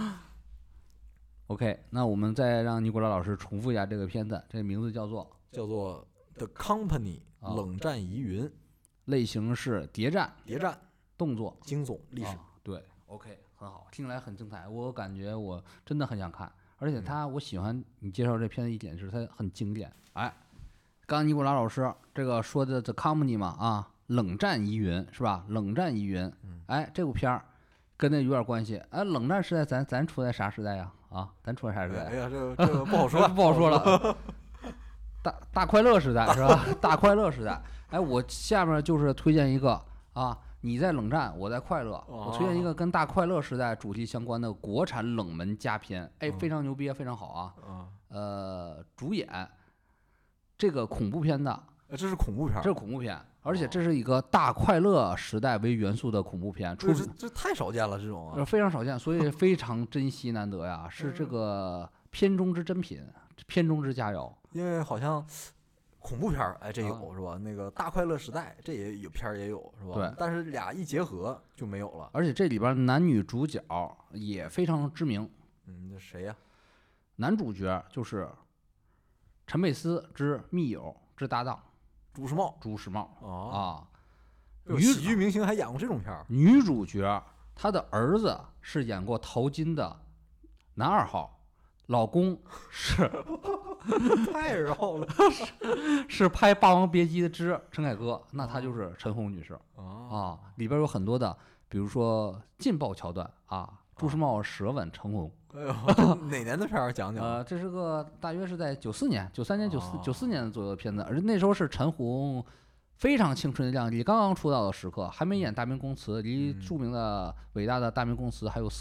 ？OK， 那我们再让尼古拉老师重复一下这个片子，这个名字叫做叫做 The Company 冷战疑云， 哦、类型是谍战、 谍战、 动作、 惊悚、历史。 哦、对 ，OK， 很好，听起来很精彩，我感觉我真的很想看，而且他我喜欢你介绍这片子一点是它很经典。哎，刚刚尼古拉老师这个说的 The Company 嘛，啊，冷战疑云是吧？冷战疑云，哎，这部片儿跟那有点关系。哎，冷战时代咱咱处在啥时代呀？啊，咱处在啥时代？ 哎呀，这个这个不好说， 不好说了。大大快乐时代是吧？大快乐时代。哎，我下面就是推荐一个啊，你在冷战，我在快乐。我推荐一个跟大快乐时代主题相关的国产冷门佳片，哎，非常牛逼，非常好啊。呃，主演这个恐怖片的， 这是恐怖片， 这是恐怖片，而且这是一个大快乐时代为元素的恐怖片， 这这太少见了，这种啊， 非常少见，所以非常珍惜难得呀，是这个片中之珍品，片中之佳肴。 因为好像恐怖片儿，哎，这有、啊、是吧？那个大快乐时代这也有片儿也有是吧？ 对， 但是俩一结合就没有了。 而且这里边男女主角也非常知名。 嗯，那谁呀？ 男主角就是陈佩斯之密友之搭档朱时茂。 朱时茂、 哦、 啊， 女喜剧明星还演过这种片儿。 女主角她的儿子是演过淘金的男二号，老公是太绕了， 是, 是拍《霸王别姬》的之陈凯歌，那她就是陈红女士、 哦、 啊。里边有很多的，比如说劲爆桥段啊，朱时茂舌吻陈红。 哎呦，哪年的片儿讲讲？ 呃，这是个大约是在九四年、九三年、九四、九四年左右的片子，而那时候是陈红非常青春靓丽、刚刚出道的时刻，还没演《大明宫词》，离著名的、伟大的《大明宫词》还有四年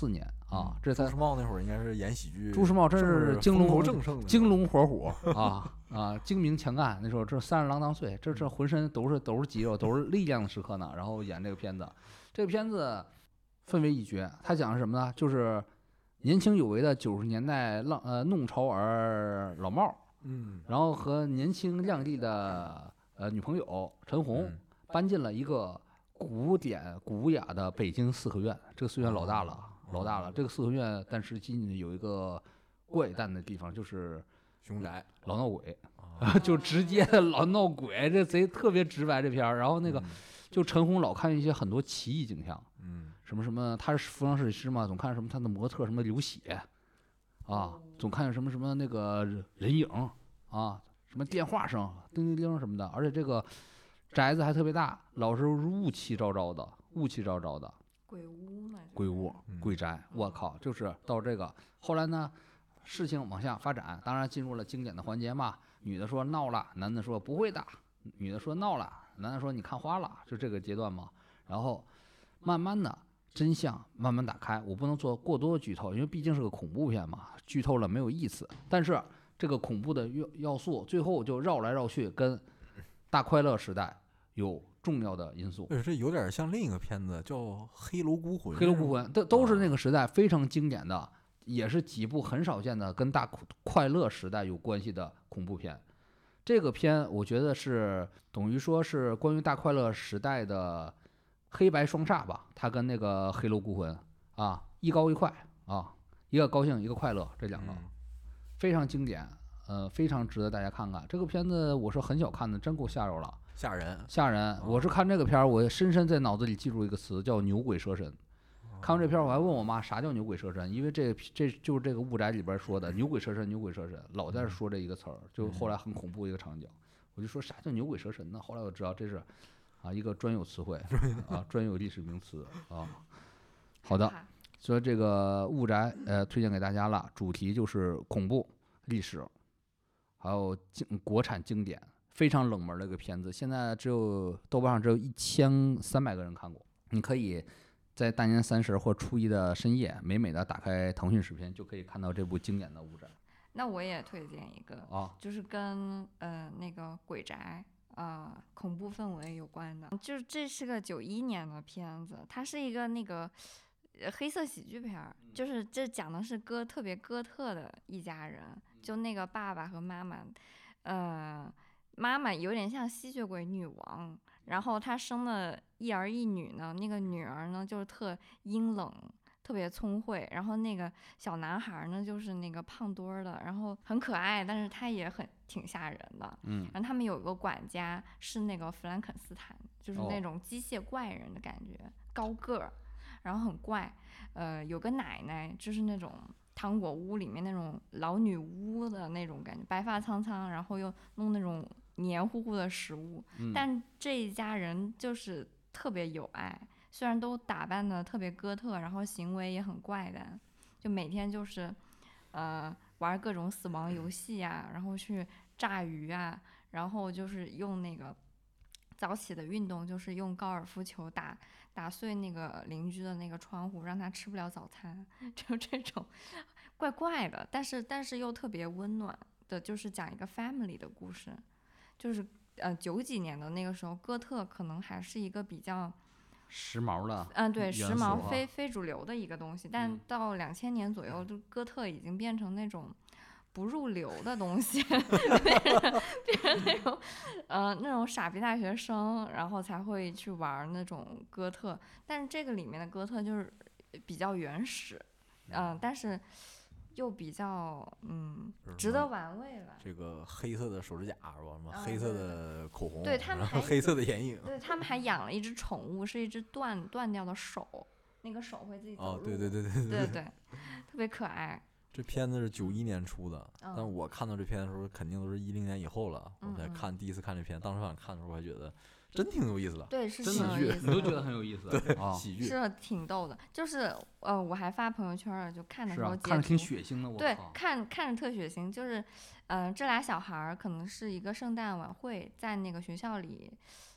啊，这才朱时茂那会儿应该是演喜剧， 朱时茂真是京风头龙正盛的， 精龙活虎啊啊，精明强干。那时候这三十郎当岁，这这浑身都是都是肌肉，都是力量的时刻呢。然后演这个片子，这个片子氛围一绝。他讲的什么呢？就是年轻有为的九十年代浪呃弄潮儿老帽， 嗯， 然后和年轻靓丽的呃女朋友陈红嗯搬进了一个古典古雅的北京四合院。这个四合院老大了。 哦老大了，这个四合院，但是进去有一个怪诞的地方，就是凶宅老闹鬼， 啊， 就直接老闹鬼，这贼特别直白这片儿。然后那个就陈红老看一些很多奇异景象， 嗯， 什么什么，他是服装设计师嘛，总看什么他的模特什么流血啊，总看什么什么那个人影啊，什么电话声叮叮叮什么的，而且这个宅子还特别大，老是雾气昭昭的，雾气昭昭的。 鬼屋嘛， 鬼屋、鬼宅，我靠，就是到这个。后来呢，事情往下发展，当然进入了经典的环节嘛。女的说闹了，男的说不会的；女的说闹了，男的说你看花了，就这个阶段嘛。然后慢慢的真相慢慢打开，我不能做过多的剧透，因为毕竟是个恐怖片嘛，剧透了没有意思。但是这个恐怖的要要素，最后就绕来绕去，跟大快乐时代有重要的因素。 对，这有点像另一个片子叫《黑楼孤魂》。 黑楼孤魂都都是那个时代非常经典的，也是几部很少见的跟大快乐时代有关系的恐怖片。这个片我觉得是等于说是关于大快乐时代的黑白双煞吧，它跟那个黑楼孤魂啊一高一快啊，一个高兴一个快乐，这两个、 嗯、 非常经典，呃，非常值得大家看看。这个片子我是很小看的，真够吓着了。 吓人， 吓人！我是看这个片儿，我深深在脑子里记住一个词，叫牛鬼蛇神。看完这片儿，我还问我妈啥叫牛鬼蛇神，因为这这就是这个《雾宅》里边说的牛鬼蛇神，牛鬼蛇神，老在说这一个词儿，就后来很恐怖一个场景。我就说啥叫牛鬼蛇神呢？后来我知道这是啊一个专有词汇啊，专有历史名词啊。好的，所以这个《雾宅》呃推荐给大家了，主题就是恐怖、历史，还有经国产经典。非常冷门的一个片子，现在只有豆瓣上只有一千三百个人看过。你可以在大年三十或初一的深夜，美美的打开腾讯视频，就可以看到这部经典的《雾宅》。 那我也推荐一个啊， 就是跟呃那个鬼宅呃恐怖氛围有关的，就是这是个九一年的片子，它是一个那个黑色喜剧片儿，就是这讲的是哥特别哥特的一家人，就那个爸爸和妈妈，呃。妈妈有点像吸血鬼女王，然后她生了一儿一女呢，那个女儿呢就是特阴冷，特别聪慧，然后那个小男孩呢就是那个胖墩儿的，然后很可爱，但是他也很挺吓人的。 嗯， 然后他们有一个管家是那个弗兰肯斯坦，就是那种机械怪人的感觉，哦、高个儿，然后很怪。呃，有个奶奶就是那种糖果屋里面那种老女巫的那种感觉，白发苍苍，然后又弄那种黏糊糊的食物， 嗯、 但这一家人就是特别有爱，虽然都打扮的特别哥特，然后行为也很怪诞，就每天就是呃玩各种死亡游戏啊，然后去炸鱼啊，然后就是用那个早起的运动就是用高尔夫球打打碎那个邻居的那个窗户，让他吃不了早餐，就这种怪怪的，但是但是又特别温暖的，就是讲一个 family 的故事。就是呃九几年的那个时候，哥特可能还是一个比较时髦的， 嗯，对，时髦啊、 非非主流的一个东西。但到两千年左右，就哥特已经变成那种不入流的东西，变成变成那种呃那种傻逼大学生，然后才会去玩那种哥特。但是这个里面的哥特就是比较原始，嗯、呃，但是。又比较嗯值得玩味了。 这个黑色的手指甲是吧？什么、 啊、 黑色的口红， 对他们还黑色的眼影。 对他们还养了一只宠物，是一只断断掉的手，那个手会自己走路。 哦，对对对对对对对，特别可爱。 这片子是九一年出的， 嗯、 但我看到这片的时候，肯定都是一零年以后了。 嗯、 我才看第一次看这片，当时晚看的时候，我还觉得真挺有意思的。 对，是真挺有意思的， 你都觉得很有意思。 对， 啊、 喜剧是挺逗的。就是呃，我还发朋友圈了，就看的时候截图， 是啊、看着挺血腥的。我对，看看着特血腥。就是，嗯、呃，这俩小孩儿可能是一个圣诞晚会，在那个学校里，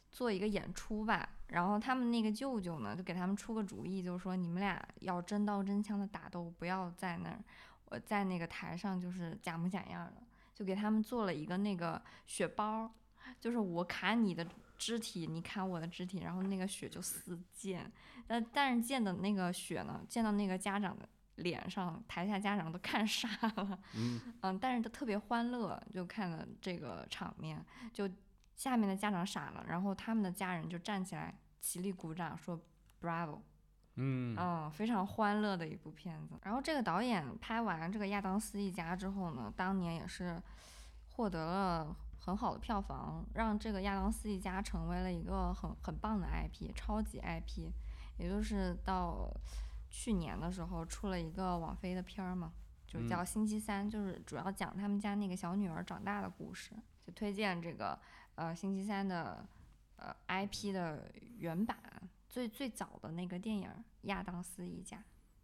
做一个演出吧，然后他们那个舅舅呢就给他们出个主意，就是说你们俩要真刀真枪的打斗，不要在那儿我在那个台上就是假模假样的，就给他们做了一个那个血包，就是我砍你的肢体，你砍我的肢体，然后那个血就似溅，但但是溅的那个血呢，溅到那个家长的脸上，台下家长都看傻了， 嗯嗯，但是都特别欢乐，就看了这个场面，就下面的家长傻了，然后他们的家人就站起来起立鼓掌说 Bravo。 嗯嗯，非常欢乐的一部片子。然后这个导演拍完这个亚当斯一家之后呢，当年也是获得了很好的票房，让这个亚当斯一家成为了一个很很棒的 I P， 超级 I P。也就是到去年的时候出了一个网飞的片儿嘛，就叫《星期三》，就是主要讲他们家那个小女儿长大的故事，就推荐这个呃《星期三》的呃 I P 的原版。最最早的那个电影《亚当斯一家》。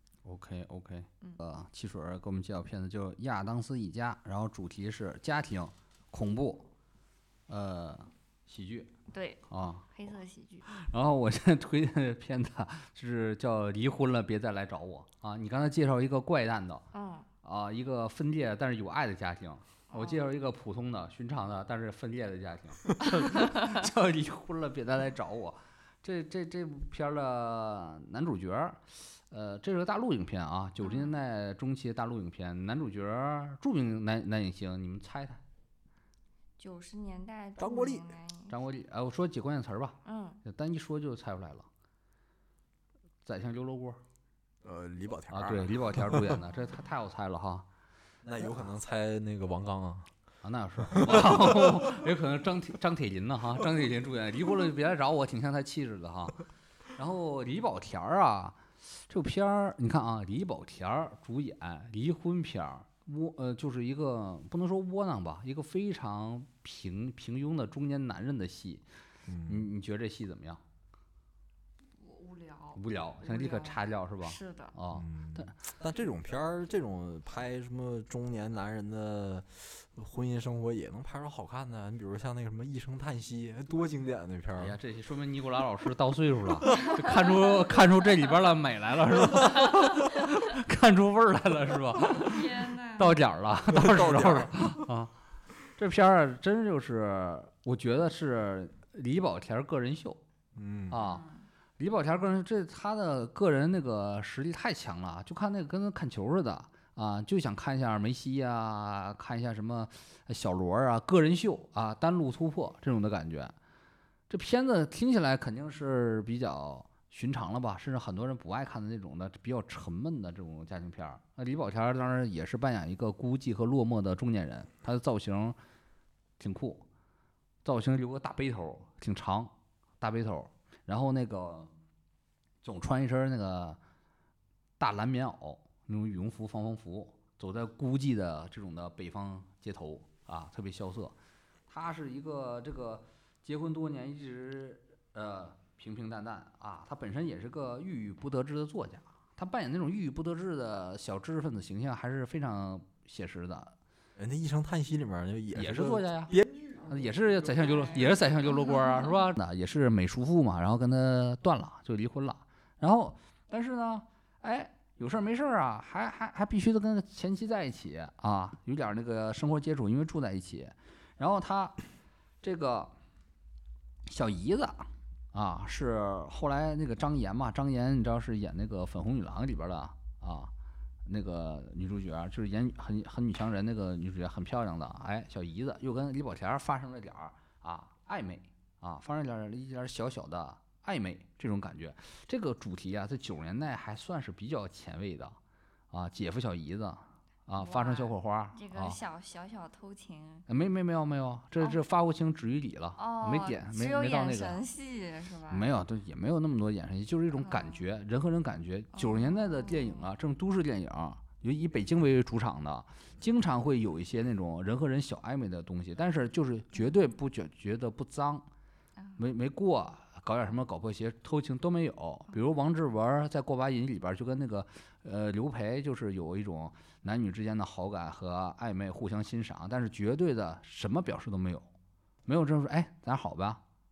OK OK， 嗯呃，汽水儿给我们介绍片子就《亚当斯一家》，然后主题是家庭、恐怖、呃喜剧对， 啊。 黑色喜剧。 然后我现在推荐的片子啊就是叫《离婚了别再来找我》啊。你刚才介绍一个怪诞的嗯， 啊，一个分裂但是有爱的家庭。我介绍一个普通的、寻常的但是分裂的家庭，叫《离婚了别再来找我》。这这这部片儿的男主角儿，呃，这是个大陆影片啊，九十年代中期的大陆影片。男主角儿著名男男影星，你们猜猜？ 九十年代张国立著名男影张国立。哎，我说几关键词儿吧， 嗯， 单一说就猜出来了。宰相刘罗锅呃，李保田啊，对，李保田主演的，这太太好猜了哈。 那有可能猜那个王刚啊。 啊，那要是，有可能张铁张铁林呢哈，张铁林主演，离婚了别来找我，挺像他气质的哈。然后李保田儿啊，这部片儿你看啊，李保田儿主演离婚片儿，窝呃就是一个不能说窝囊吧，一个非常平平庸的中年男人的戏。 嗯， 你你觉得这戏怎么样？ 无聊， 无聊，想立刻拆掉是吧？ 是的， 哦， 嗯但但这种片儿，这种拍什么中年男人的婚姻生活也能拍出好看的。你比如像那个什么《一声叹息》，多经典的片儿。 哎呀，这些说明尼古拉老师到岁数了，就看出看出这里边的美来了是吧？看出味儿来了是吧？ 天呐， 到点儿了，到时候到点儿了啊！这片儿啊真就是，我觉得是李保田个人秀嗯啊。李保田个人，这他的个人那个实力太强了，就看那个跟看球似的啊，就想看一下梅西呀，看一下什么小罗啊，个人秀啊，单路突破这种的感觉。这片子听起来肯定是比较寻常了吧，甚至很多人不爱看的那种的比较沉闷的这种家庭片儿。那李保田当然也是扮演一个孤寂和落寞的中年人，他的造型挺酷，造型留个大背头，挺长，大背头。然后那个总穿一身那个大蓝棉袄，那种羽绒服、防风服，走在孤寂的这种的北方街头啊，特别萧瑟。他是一个这个结婚多年，一直呃平平淡淡啊。他本身也是个郁郁不得志的作家，他扮演那种郁郁不得志的小知识分子形象，还是非常写实的。 人家《一声叹息》里面就也也是个是作家呀， 编也是宰相刘罗，也是宰相刘罗锅啊，是吧？那也是美叔父嘛，然后跟他断了，就离婚了。然后，但是呢，哎，有事儿没事儿啊，还还还必须得跟前妻在一起啊，有点那个生活接触，因为住在一起。然后他这个小姨子啊，是后来那个张岩嘛，张岩你知道是演那个《粉红女郎》里边的啊。那个女主角就是演很很女强人，那个女主角很漂亮的，哎，小姨子又跟李保田发生了点儿啊暧昧啊，发生了一点小小的暧昧这种感觉。这个主题啊，在九十年代还算是比较前卫的啊，姐夫小姨子啊发生小火花， 这个啊， 小小小偷情， 没没没有没有，这哦这发乎情止于理了， 哦， 没点没只有没到那个。 眼神戏是吧？ 没有，对，也没有那么多眼神戏，就是一种感觉，人和人感觉。九十年代的电影啊，这种都市电影，尤以北京为主场的，经常会有一些那种人和人小暧昧的东西，但是就是绝对不觉觉得不脏，没没过，搞点什么搞破鞋、偷情都没有。比如王志文在《过把瘾》里边就跟那个呃刘培就是有一种男女之间的好感和暧昧，互相欣赏，但是绝对的什么表示都没有，没有这种说哎咱好吧。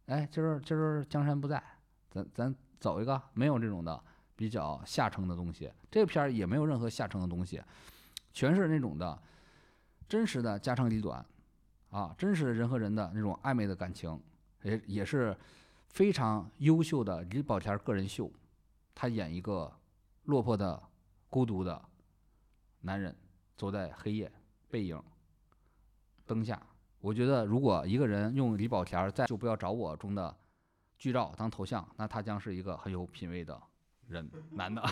哎，今儿今儿江山不在，咱咱走一个，没有这种的比较下乘的东西。这个片儿也没有任何下乘的东西，全是那种的真实的家长里短啊，真实人和人的那种暧昧的感情，也也是非常优秀的李保田个人秀。他演一个落魄的、孤独的男人，走在黑夜背影灯下。我觉得，如果一个人用李保田在《就不要找我》中的剧照当头像，那他将是一个很有品位的人，男的。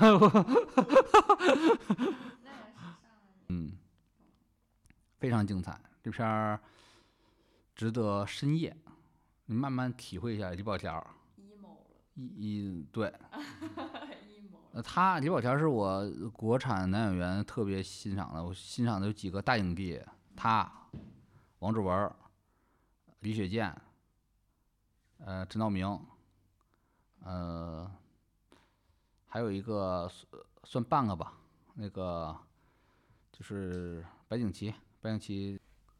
嗯，非常精彩，这片儿值得深夜你慢慢体会一下李保田。一一对，呃，他李保田是我国产男演员特别欣赏的，我欣赏的有几个大影帝，他、王志文、李雪健、呃，陈道明，呃，还有一个算半个吧，那个就是白景琦，白景琦，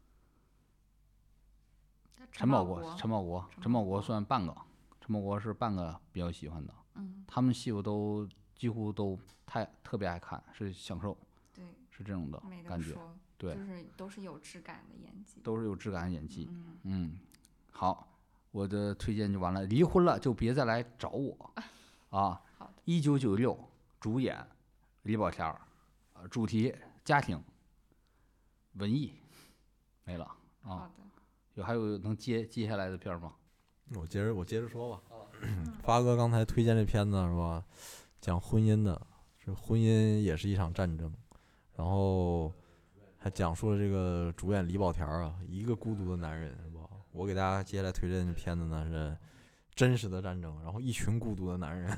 陈宝国，陈宝国，陈宝国算半个。陈宝国是半个比较喜欢的， 嗯， 他们戏我都几乎都太特别爱看，是享受， 对， 是这种的感觉，对， 就是都是有质感的演技， 都是有质感的演技， 嗯嗯，好，我的推荐就完了，离婚了就别再来找我，啊， 好的， 一九九六主演李保田，呃，主题家庭，文艺，没了啊， 好的， 有还有能接接下来的片吗？ 我接着我接着说吧，发哥刚才推荐这片子是吧，讲婚姻的，这婚姻也是一场战争，然后还讲述了这个主演李保田啊，一个孤独的男人是吧？我给大家接下来推荐的片子呢是真实的战争，然后一群孤独的男人，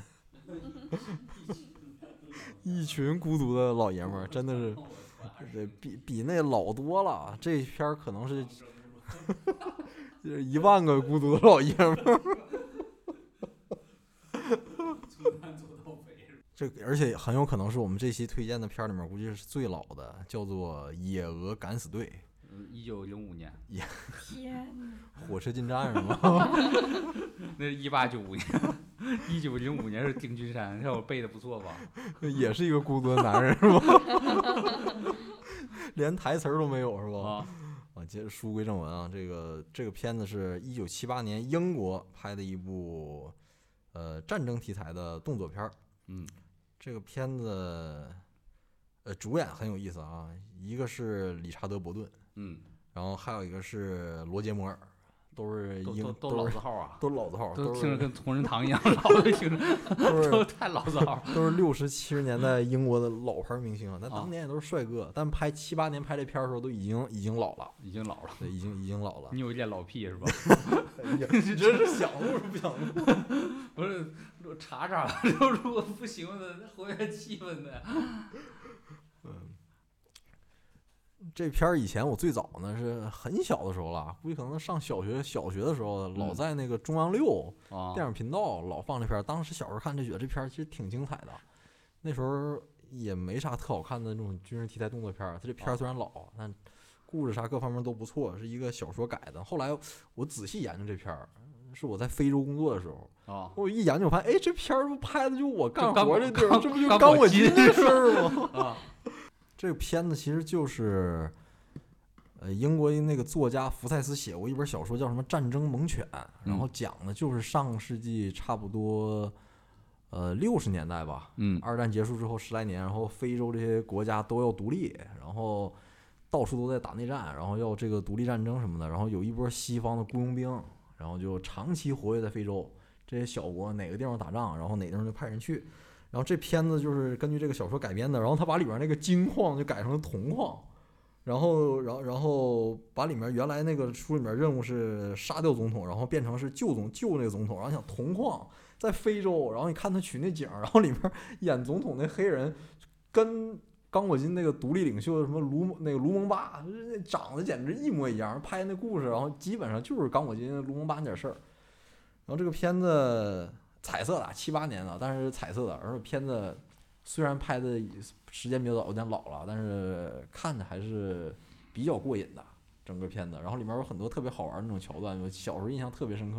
一群孤独的老爷们儿，真的是，对，比比那老多了，这片儿可能是。就是一万个孤独的老爷们儿，这而且很有可能是我们这期推荐的片儿里面估计是最老的，叫做《野鹅敢死队》， 一九零五年， 天哪， 火车进站是吗？ 那是一八九五年，一九零五年是定军山，让我背的不错吧？ 也是一个孤独的男人是吧？连台词儿都没有是吧？ 啊。 啊，接着书归正文啊，这个这个片子是一九七八年英国拍的一部呃战争题材的动作片儿。 嗯， 这个片子呃主演很有意思啊，一个是理查德·伯顿， 嗯， 然后还有一个是罗杰·摩尔，都是英都都都老字号啊， 都老字号， 都都听着跟同仁堂一样老的，听着都都太老字号， 都是六十七十年代英国的老牌明星啊，但当年也都是帅哥，但拍七八年拍这片儿的时候都已经已经老了， 已经老了， 对，已经已经老了。 你有一点老屁是吧？ 你这是想录是不想录？ 不是，查查，如果不行的，活跃气氛的。 嗯，这片儿以前我最早呢是很小的时候了，估计可能上小学小学的时候，老在那个中央六电影频道老放这片儿。当时小时候看这觉得这片儿其实挺精彩的，那时候也没啥特好看的那种军事题材动作片儿。它这片儿虽然老，但故事啥各方面都不错，是一个小说改的。后来我仔细研究这片儿，是我在非洲工作的时候， 哦、 我一研究发现，哎，这片儿不拍的就我干活这地儿， 这不就刚我金的事儿吗？ 啊， 这个片子其实就是，呃，英国那个作家福赛斯写过一本小说，叫什么《战争猛犬》，然后讲的就是上个世纪差不多，呃，六十年代吧， 嗯， 二战结束之后十来年，然后非洲这些国家都要独立，然后到处都在打内战，然后要这个独立战争什么的，然后有一波西方的雇佣兵，然后就长期活跃在非洲这些小国，哪个地方打仗，然后哪个地方就派人去。然后这片子就是根据这个小说改编的，然后他把里面那个金矿就改成了铜矿，然后，然后，然后把里面原来那个书里面任务是杀掉总统，然后变成是救总救那个总统，然后想铜矿在非洲，然后你看他取那景，然后里面演总统那黑人跟刚果金那个独立领袖什么卢那个卢蒙巴那长得简直一模一样，拍那故事，然后基本上就是刚果金卢蒙巴那点事儿，然后这个片子。彩色的，七八年了，但是彩色的，而且片子虽然拍的时间比较早，有点老了，但是看着还是比较过瘾的整个片子。然后里面有很多特别好玩的那种桥段，我小时候印象特别深刻。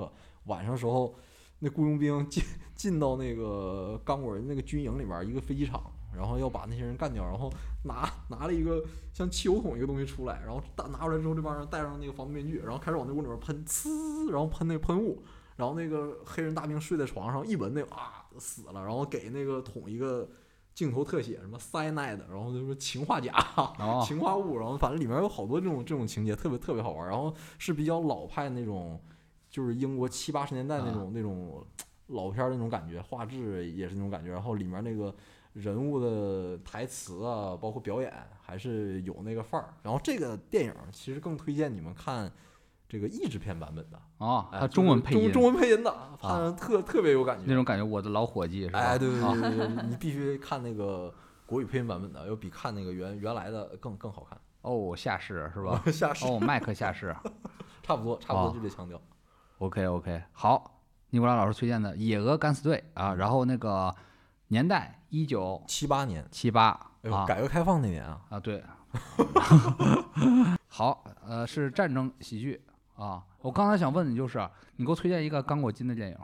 晚上时候，那雇佣兵进进到那个刚果人那个军营里面一个飞机场，然后要把那些人干掉，然后拿拿了一个像汽油桶一个东西出来，然后拿出来之后，这帮人戴上那个防毒面具，然后开始往那屋里面喷，呲，然后喷那个喷雾，然后那个黑人大兵睡在床上，一闻那个啊死了，然后给那个桶一个镜头特写，什么 cyanide， 然后就是氰化钾、 哦、 氰化物，然后反正里面有好多这种这种情节，特别特别好玩，然后是比较老派那种，就是英国七八十年代那种、啊、那种老片那种感觉，画质也是那种感觉，然后里面那个人物的台词啊，包括表演还是有那个范儿。然后这个电影其实更推荐你们看这个译制片版本的啊， 哎、 它中文配音， 中中文配音的，看特、啊、特别有感觉， 那种感觉，我的老伙计是吧？ 哎，对对对对对，你必须看那个国语配音版本的，要比看那个原原来的更更好看。 哦，夏氏是吧？ 夏氏， 哦，麦克夏氏， 差不多差不多就这腔调。 OK OK， 好，尼古拉老师推荐的《野鹅敢死队》啊，然后那个年代一九七八年， 七八啊，改革开放那年啊啊对，好，呃，是战争喜剧啊。我刚才想问你就是，你给我推荐一个刚果金的电影，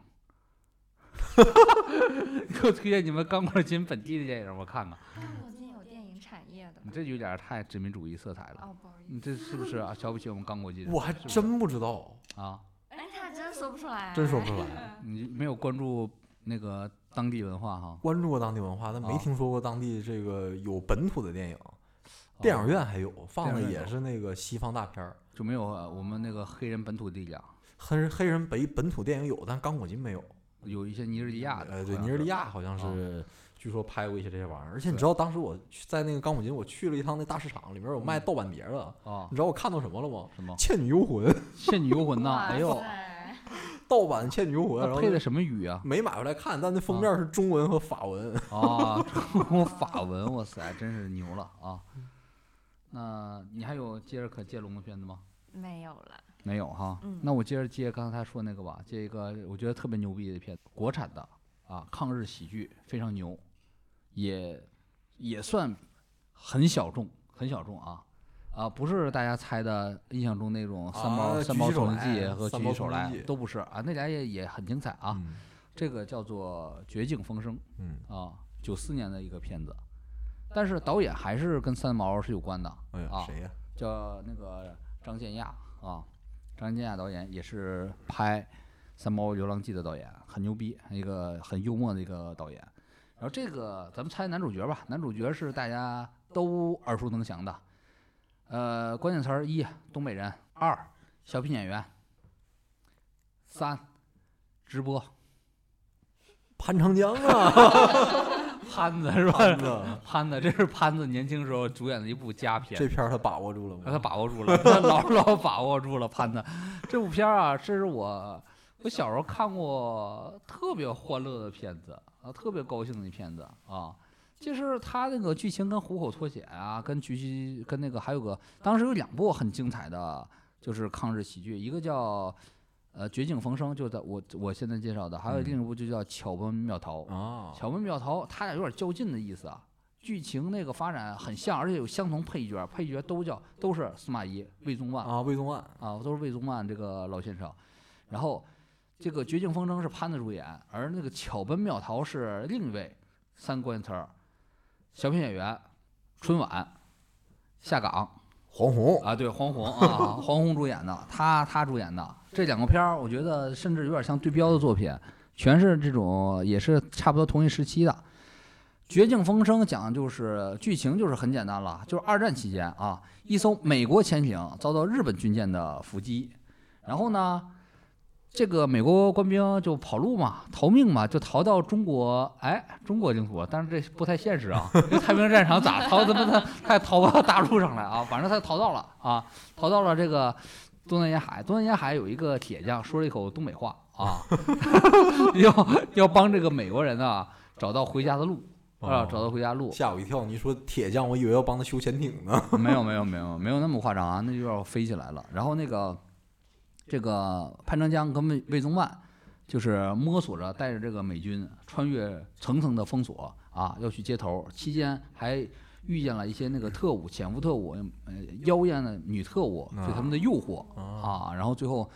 你给我推荐你们刚果金本地的电影，我看看。 刚果金有电影产业的， 你这有点太殖民主义色彩了。 哦，不好意思， 你这是不是啊？瞧不起我们刚果金？ 我还真不知道啊。 哎，他真说不出来， 真说不出来。 你没有关注那个当地文化哈？ 关注过当地文化，但没听说过当地这个有本土的电影。电影院还有放的也是那个西方大片儿， 就没有我们那个黑人本土力量。 黑黑人本本土电影有，但刚果金没有。 有一些尼日利亚的， 呃，对，尼日利亚好像是，据说拍过一些这些玩意儿。而且你知道当时我在那个刚果金，我去了一趟那大市场，里面有卖盗版碟的啊。 你知道我看到什么了吗？ 什么？ 《倩女幽魂》。 倩女幽魂呐！哎呦， 盗版《倩女幽魂》，然后配的什么语啊？ 没买回来看，但那封面是中文和法文。 啊，中文法文，哇塞，真是牛了啊！那你还有接着可接龙的片子吗？ 没有了， 没有哈。 嗯、 那我接着接刚才他说那个吧，接一个我觉得特别牛逼的片子，国产的啊，抗日喜剧非常牛，也也算很小众，很小众啊啊，不是大家猜的印象中那种三毛、 啊、 三毛手记和狙击手来都不是啊，那俩也也很精彩啊。 嗯、 这个叫做《绝境风声》， 嗯啊，九四年的一个片子。但是导演还是跟三毛是有关的， 哎呀， 啊， 谁呀？ 叫那个张建亚啊，张建亚导演也是拍《三毛流浪记》的导演，很牛逼，一个很幽默的一个导演。然后这个咱们猜男主角吧，男主角是大家都耳熟能详的，呃，关键词儿一东北人，二小品演员，三直播， 潘长江啊。 潘子是吧？ 潘子， 潘子，这是潘子年轻时候主演的一部佳片。 这片他把握住了吗？ 他把握住了，他牢牢把握住了潘子。这部片啊，这是我我小时候看过特别欢乐的片子啊，特别高兴的片子啊。就是他那个剧情跟《虎口脱险》啊，跟狙击跟那个还有个，当时有两部很精彩的，就是抗日喜剧，一个叫。呃，绝境逢生就在我我现在介绍的，还有另一部就叫《巧奔妙逃》 啊， 《巧奔妙逃》他俩有点较劲的意思啊，剧情那个发展很像，而且有相同配角，配角都叫都是司马懿、魏宗万啊，魏宗万啊，都是魏宗万这个老先生。然后这个《绝境风声》是潘子主演，而那个《巧奔妙逃》是另一位三关词儿小品演员，春晚下岗。 黄宏啊，对，黄宏啊，黄宏主演的，他他主演的这两个片儿，我觉得甚至有点像对标的作品，全是这种也是差不多同一时期的。《绝境风声》讲就是剧情就是很简单了，就是二战期间啊，一艘美国潜艇遭到日本军舰的伏击，然后呢，这个美国官兵就跑路嘛，逃命嘛，就逃到中国，哎，中国领土，但是这不太现实啊，因为太平洋战场咋逃？怎么他他逃不到大陆上来啊？反正他逃到了啊，逃到了这个东南沿海。东南沿海有一个铁匠说了一口东北话啊，要要帮这个美国人啊找到回家的路啊，找到回家路。 吓我一跳！你说铁匠，我以为要帮他修潜艇呢。 没有没有没有没有那么夸张啊，那就要飞起来了。然后那个。这个潘长江跟魏魏宗万就是摸索着带着这个美军穿越层层的封锁啊，要去接头，期间还遇见了一些那个特务、潜伏特务、呃妖艳的女特务对他们的诱惑啊，然后最后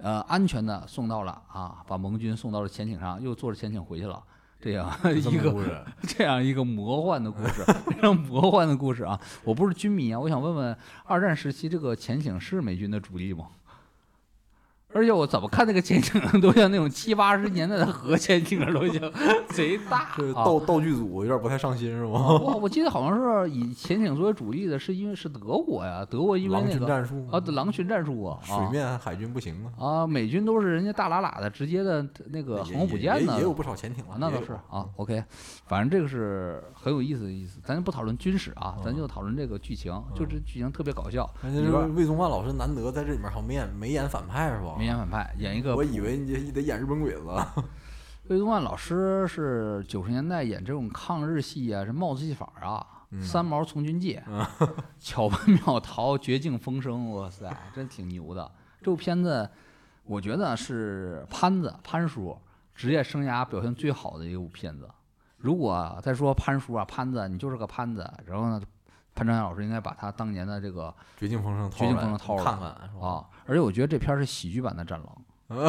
呃安全的送到了啊，把盟军送到了潜艇上，又坐着潜艇回去了。这样一个这样一个魔幻的故事，非常魔幻的故事啊！我不是军迷啊，我想问问，二战时期这个潜艇是美军的主力吗？而且我怎么看那个潜艇都像那种七八十年代的核潜艇了，都已经贼大。 这道道具组有点不太上心是吗？ 我我记得好像是以潜艇作为主力的，是因为是德国呀，德国因为那个狼群战术啊，狼群战术啊， 水面海军不行啊。 啊，美军都是人家大喇喇的直接的那个航空母舰呢， 也有不少潜艇啊，那倒是啊。OK， 反正这个是很有意思的意思，咱就不讨论军事啊，咱就讨论这个剧情，就这剧情特别搞笑。 里边魏宗万老师难得在这里面好像没演没演反派是吧？ 没演反派，演一个。 我以为你得演日本鬼子。 魏宗万老师是九十年代演这种抗日戏啊，是帽子戏法啊，嗯、三毛从军记，嗯、巧奔妙逃，绝境风声，哇塞，真挺牛的。这部片子，我觉得是潘子潘叔职业生涯表现最好的一部片子。如果再说潘叔啊，潘子，你就是个潘子，然后呢？潘长江老师应该把他当年的这个 《绝境风声》《 绝境风声》掏出来看看啊！而且我觉得这片是喜剧版的《战狼》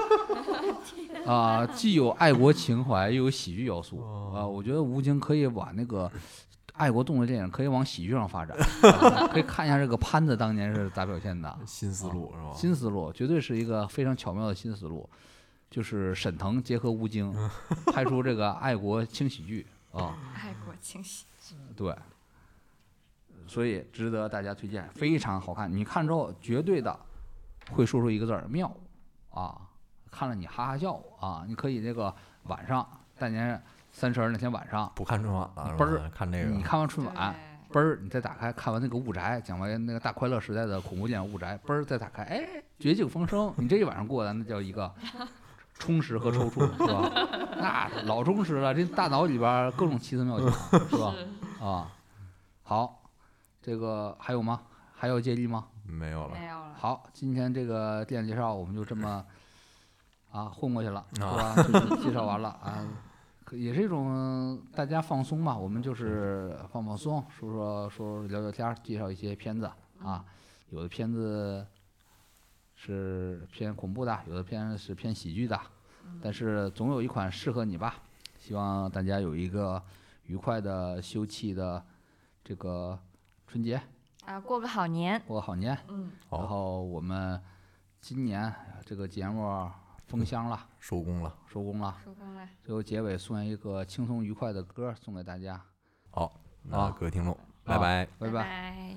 啊，既有爱国情怀，又有喜剧要素啊！我觉得吴京可以把那个爱国动作电影可以往喜剧上发展，啊、可以看一下这个潘子当年是咋表现的， 新思路是吧？ 新思路绝对是一个非常巧妙的新思路，就是沈腾结合吴京拍出这个爱国轻喜剧啊！ 爱国轻喜剧， 对。所以值得大家推荐，非常好看。你看之后绝对的会说出一个字儿妙啊，看了你哈哈笑啊。你可以这个晚上大年三十那天晚上不看春晚了， 嘣儿看这个， 你看完春晚，嘣儿你再打开看完那个雾宅，讲完那个大快乐时代的恐怖电影雾宅，嘣儿再打开，哎，绝境风声，你这一晚上过的那叫一个充实和抽搐，是吧？那老充实了，这大脑里边各种奇思妙想，是吧？啊，好。这个还有吗？还有接力吗？ 没有了。 没有了。 好，今天这个电影介绍我们就这么啊混过去了，是吧？就是介绍完了啊，也是一种大家放松嘛。我们就是放放松，说说说聊聊天，介绍一些片子啊。有的片子是偏恐怖的，有的片是偏喜剧的，但是总有一款适合你吧。希望大家有一个愉快的休憩的这个。春节啊，过个好年， 过个好年， 嗯， 然后我们今年这个节目封箱了， 收工了， 收工了， 收工了。 最后结尾送一个轻松愉快的歌送给大家。 好，那各位听众， 啊、 拜拜， 拜拜拜。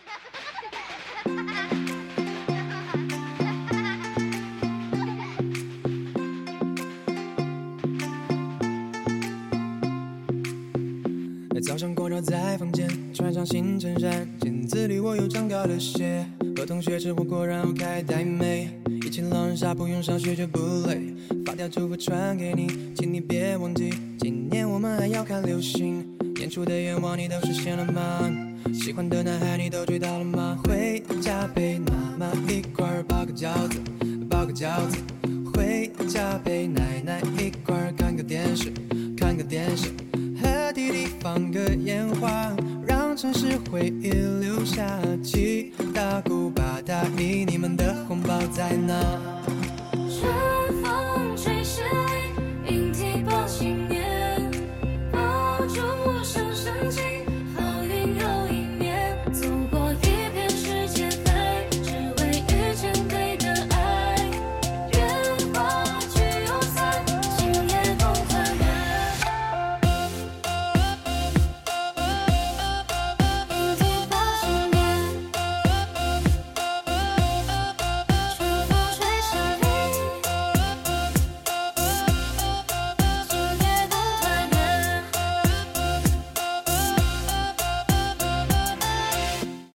早上光照在房间，穿上新衬衫，镜子里我又长高了些。和同学吃火锅，然后开台妹，一起狼人杀，不用上学就不累。发条祝福传给你，请你别忘记，今年我们还要看流星。年初的愿望你都实现了吗？喜欢的男孩你都追到了吗？回家陪妈妈一块包个饺子，包个饺子。回家陪奶奶一块看个电视，看个电视。和弟弟放个烟花，让城市回忆留下七大姑八大姨，你们的红包在哪？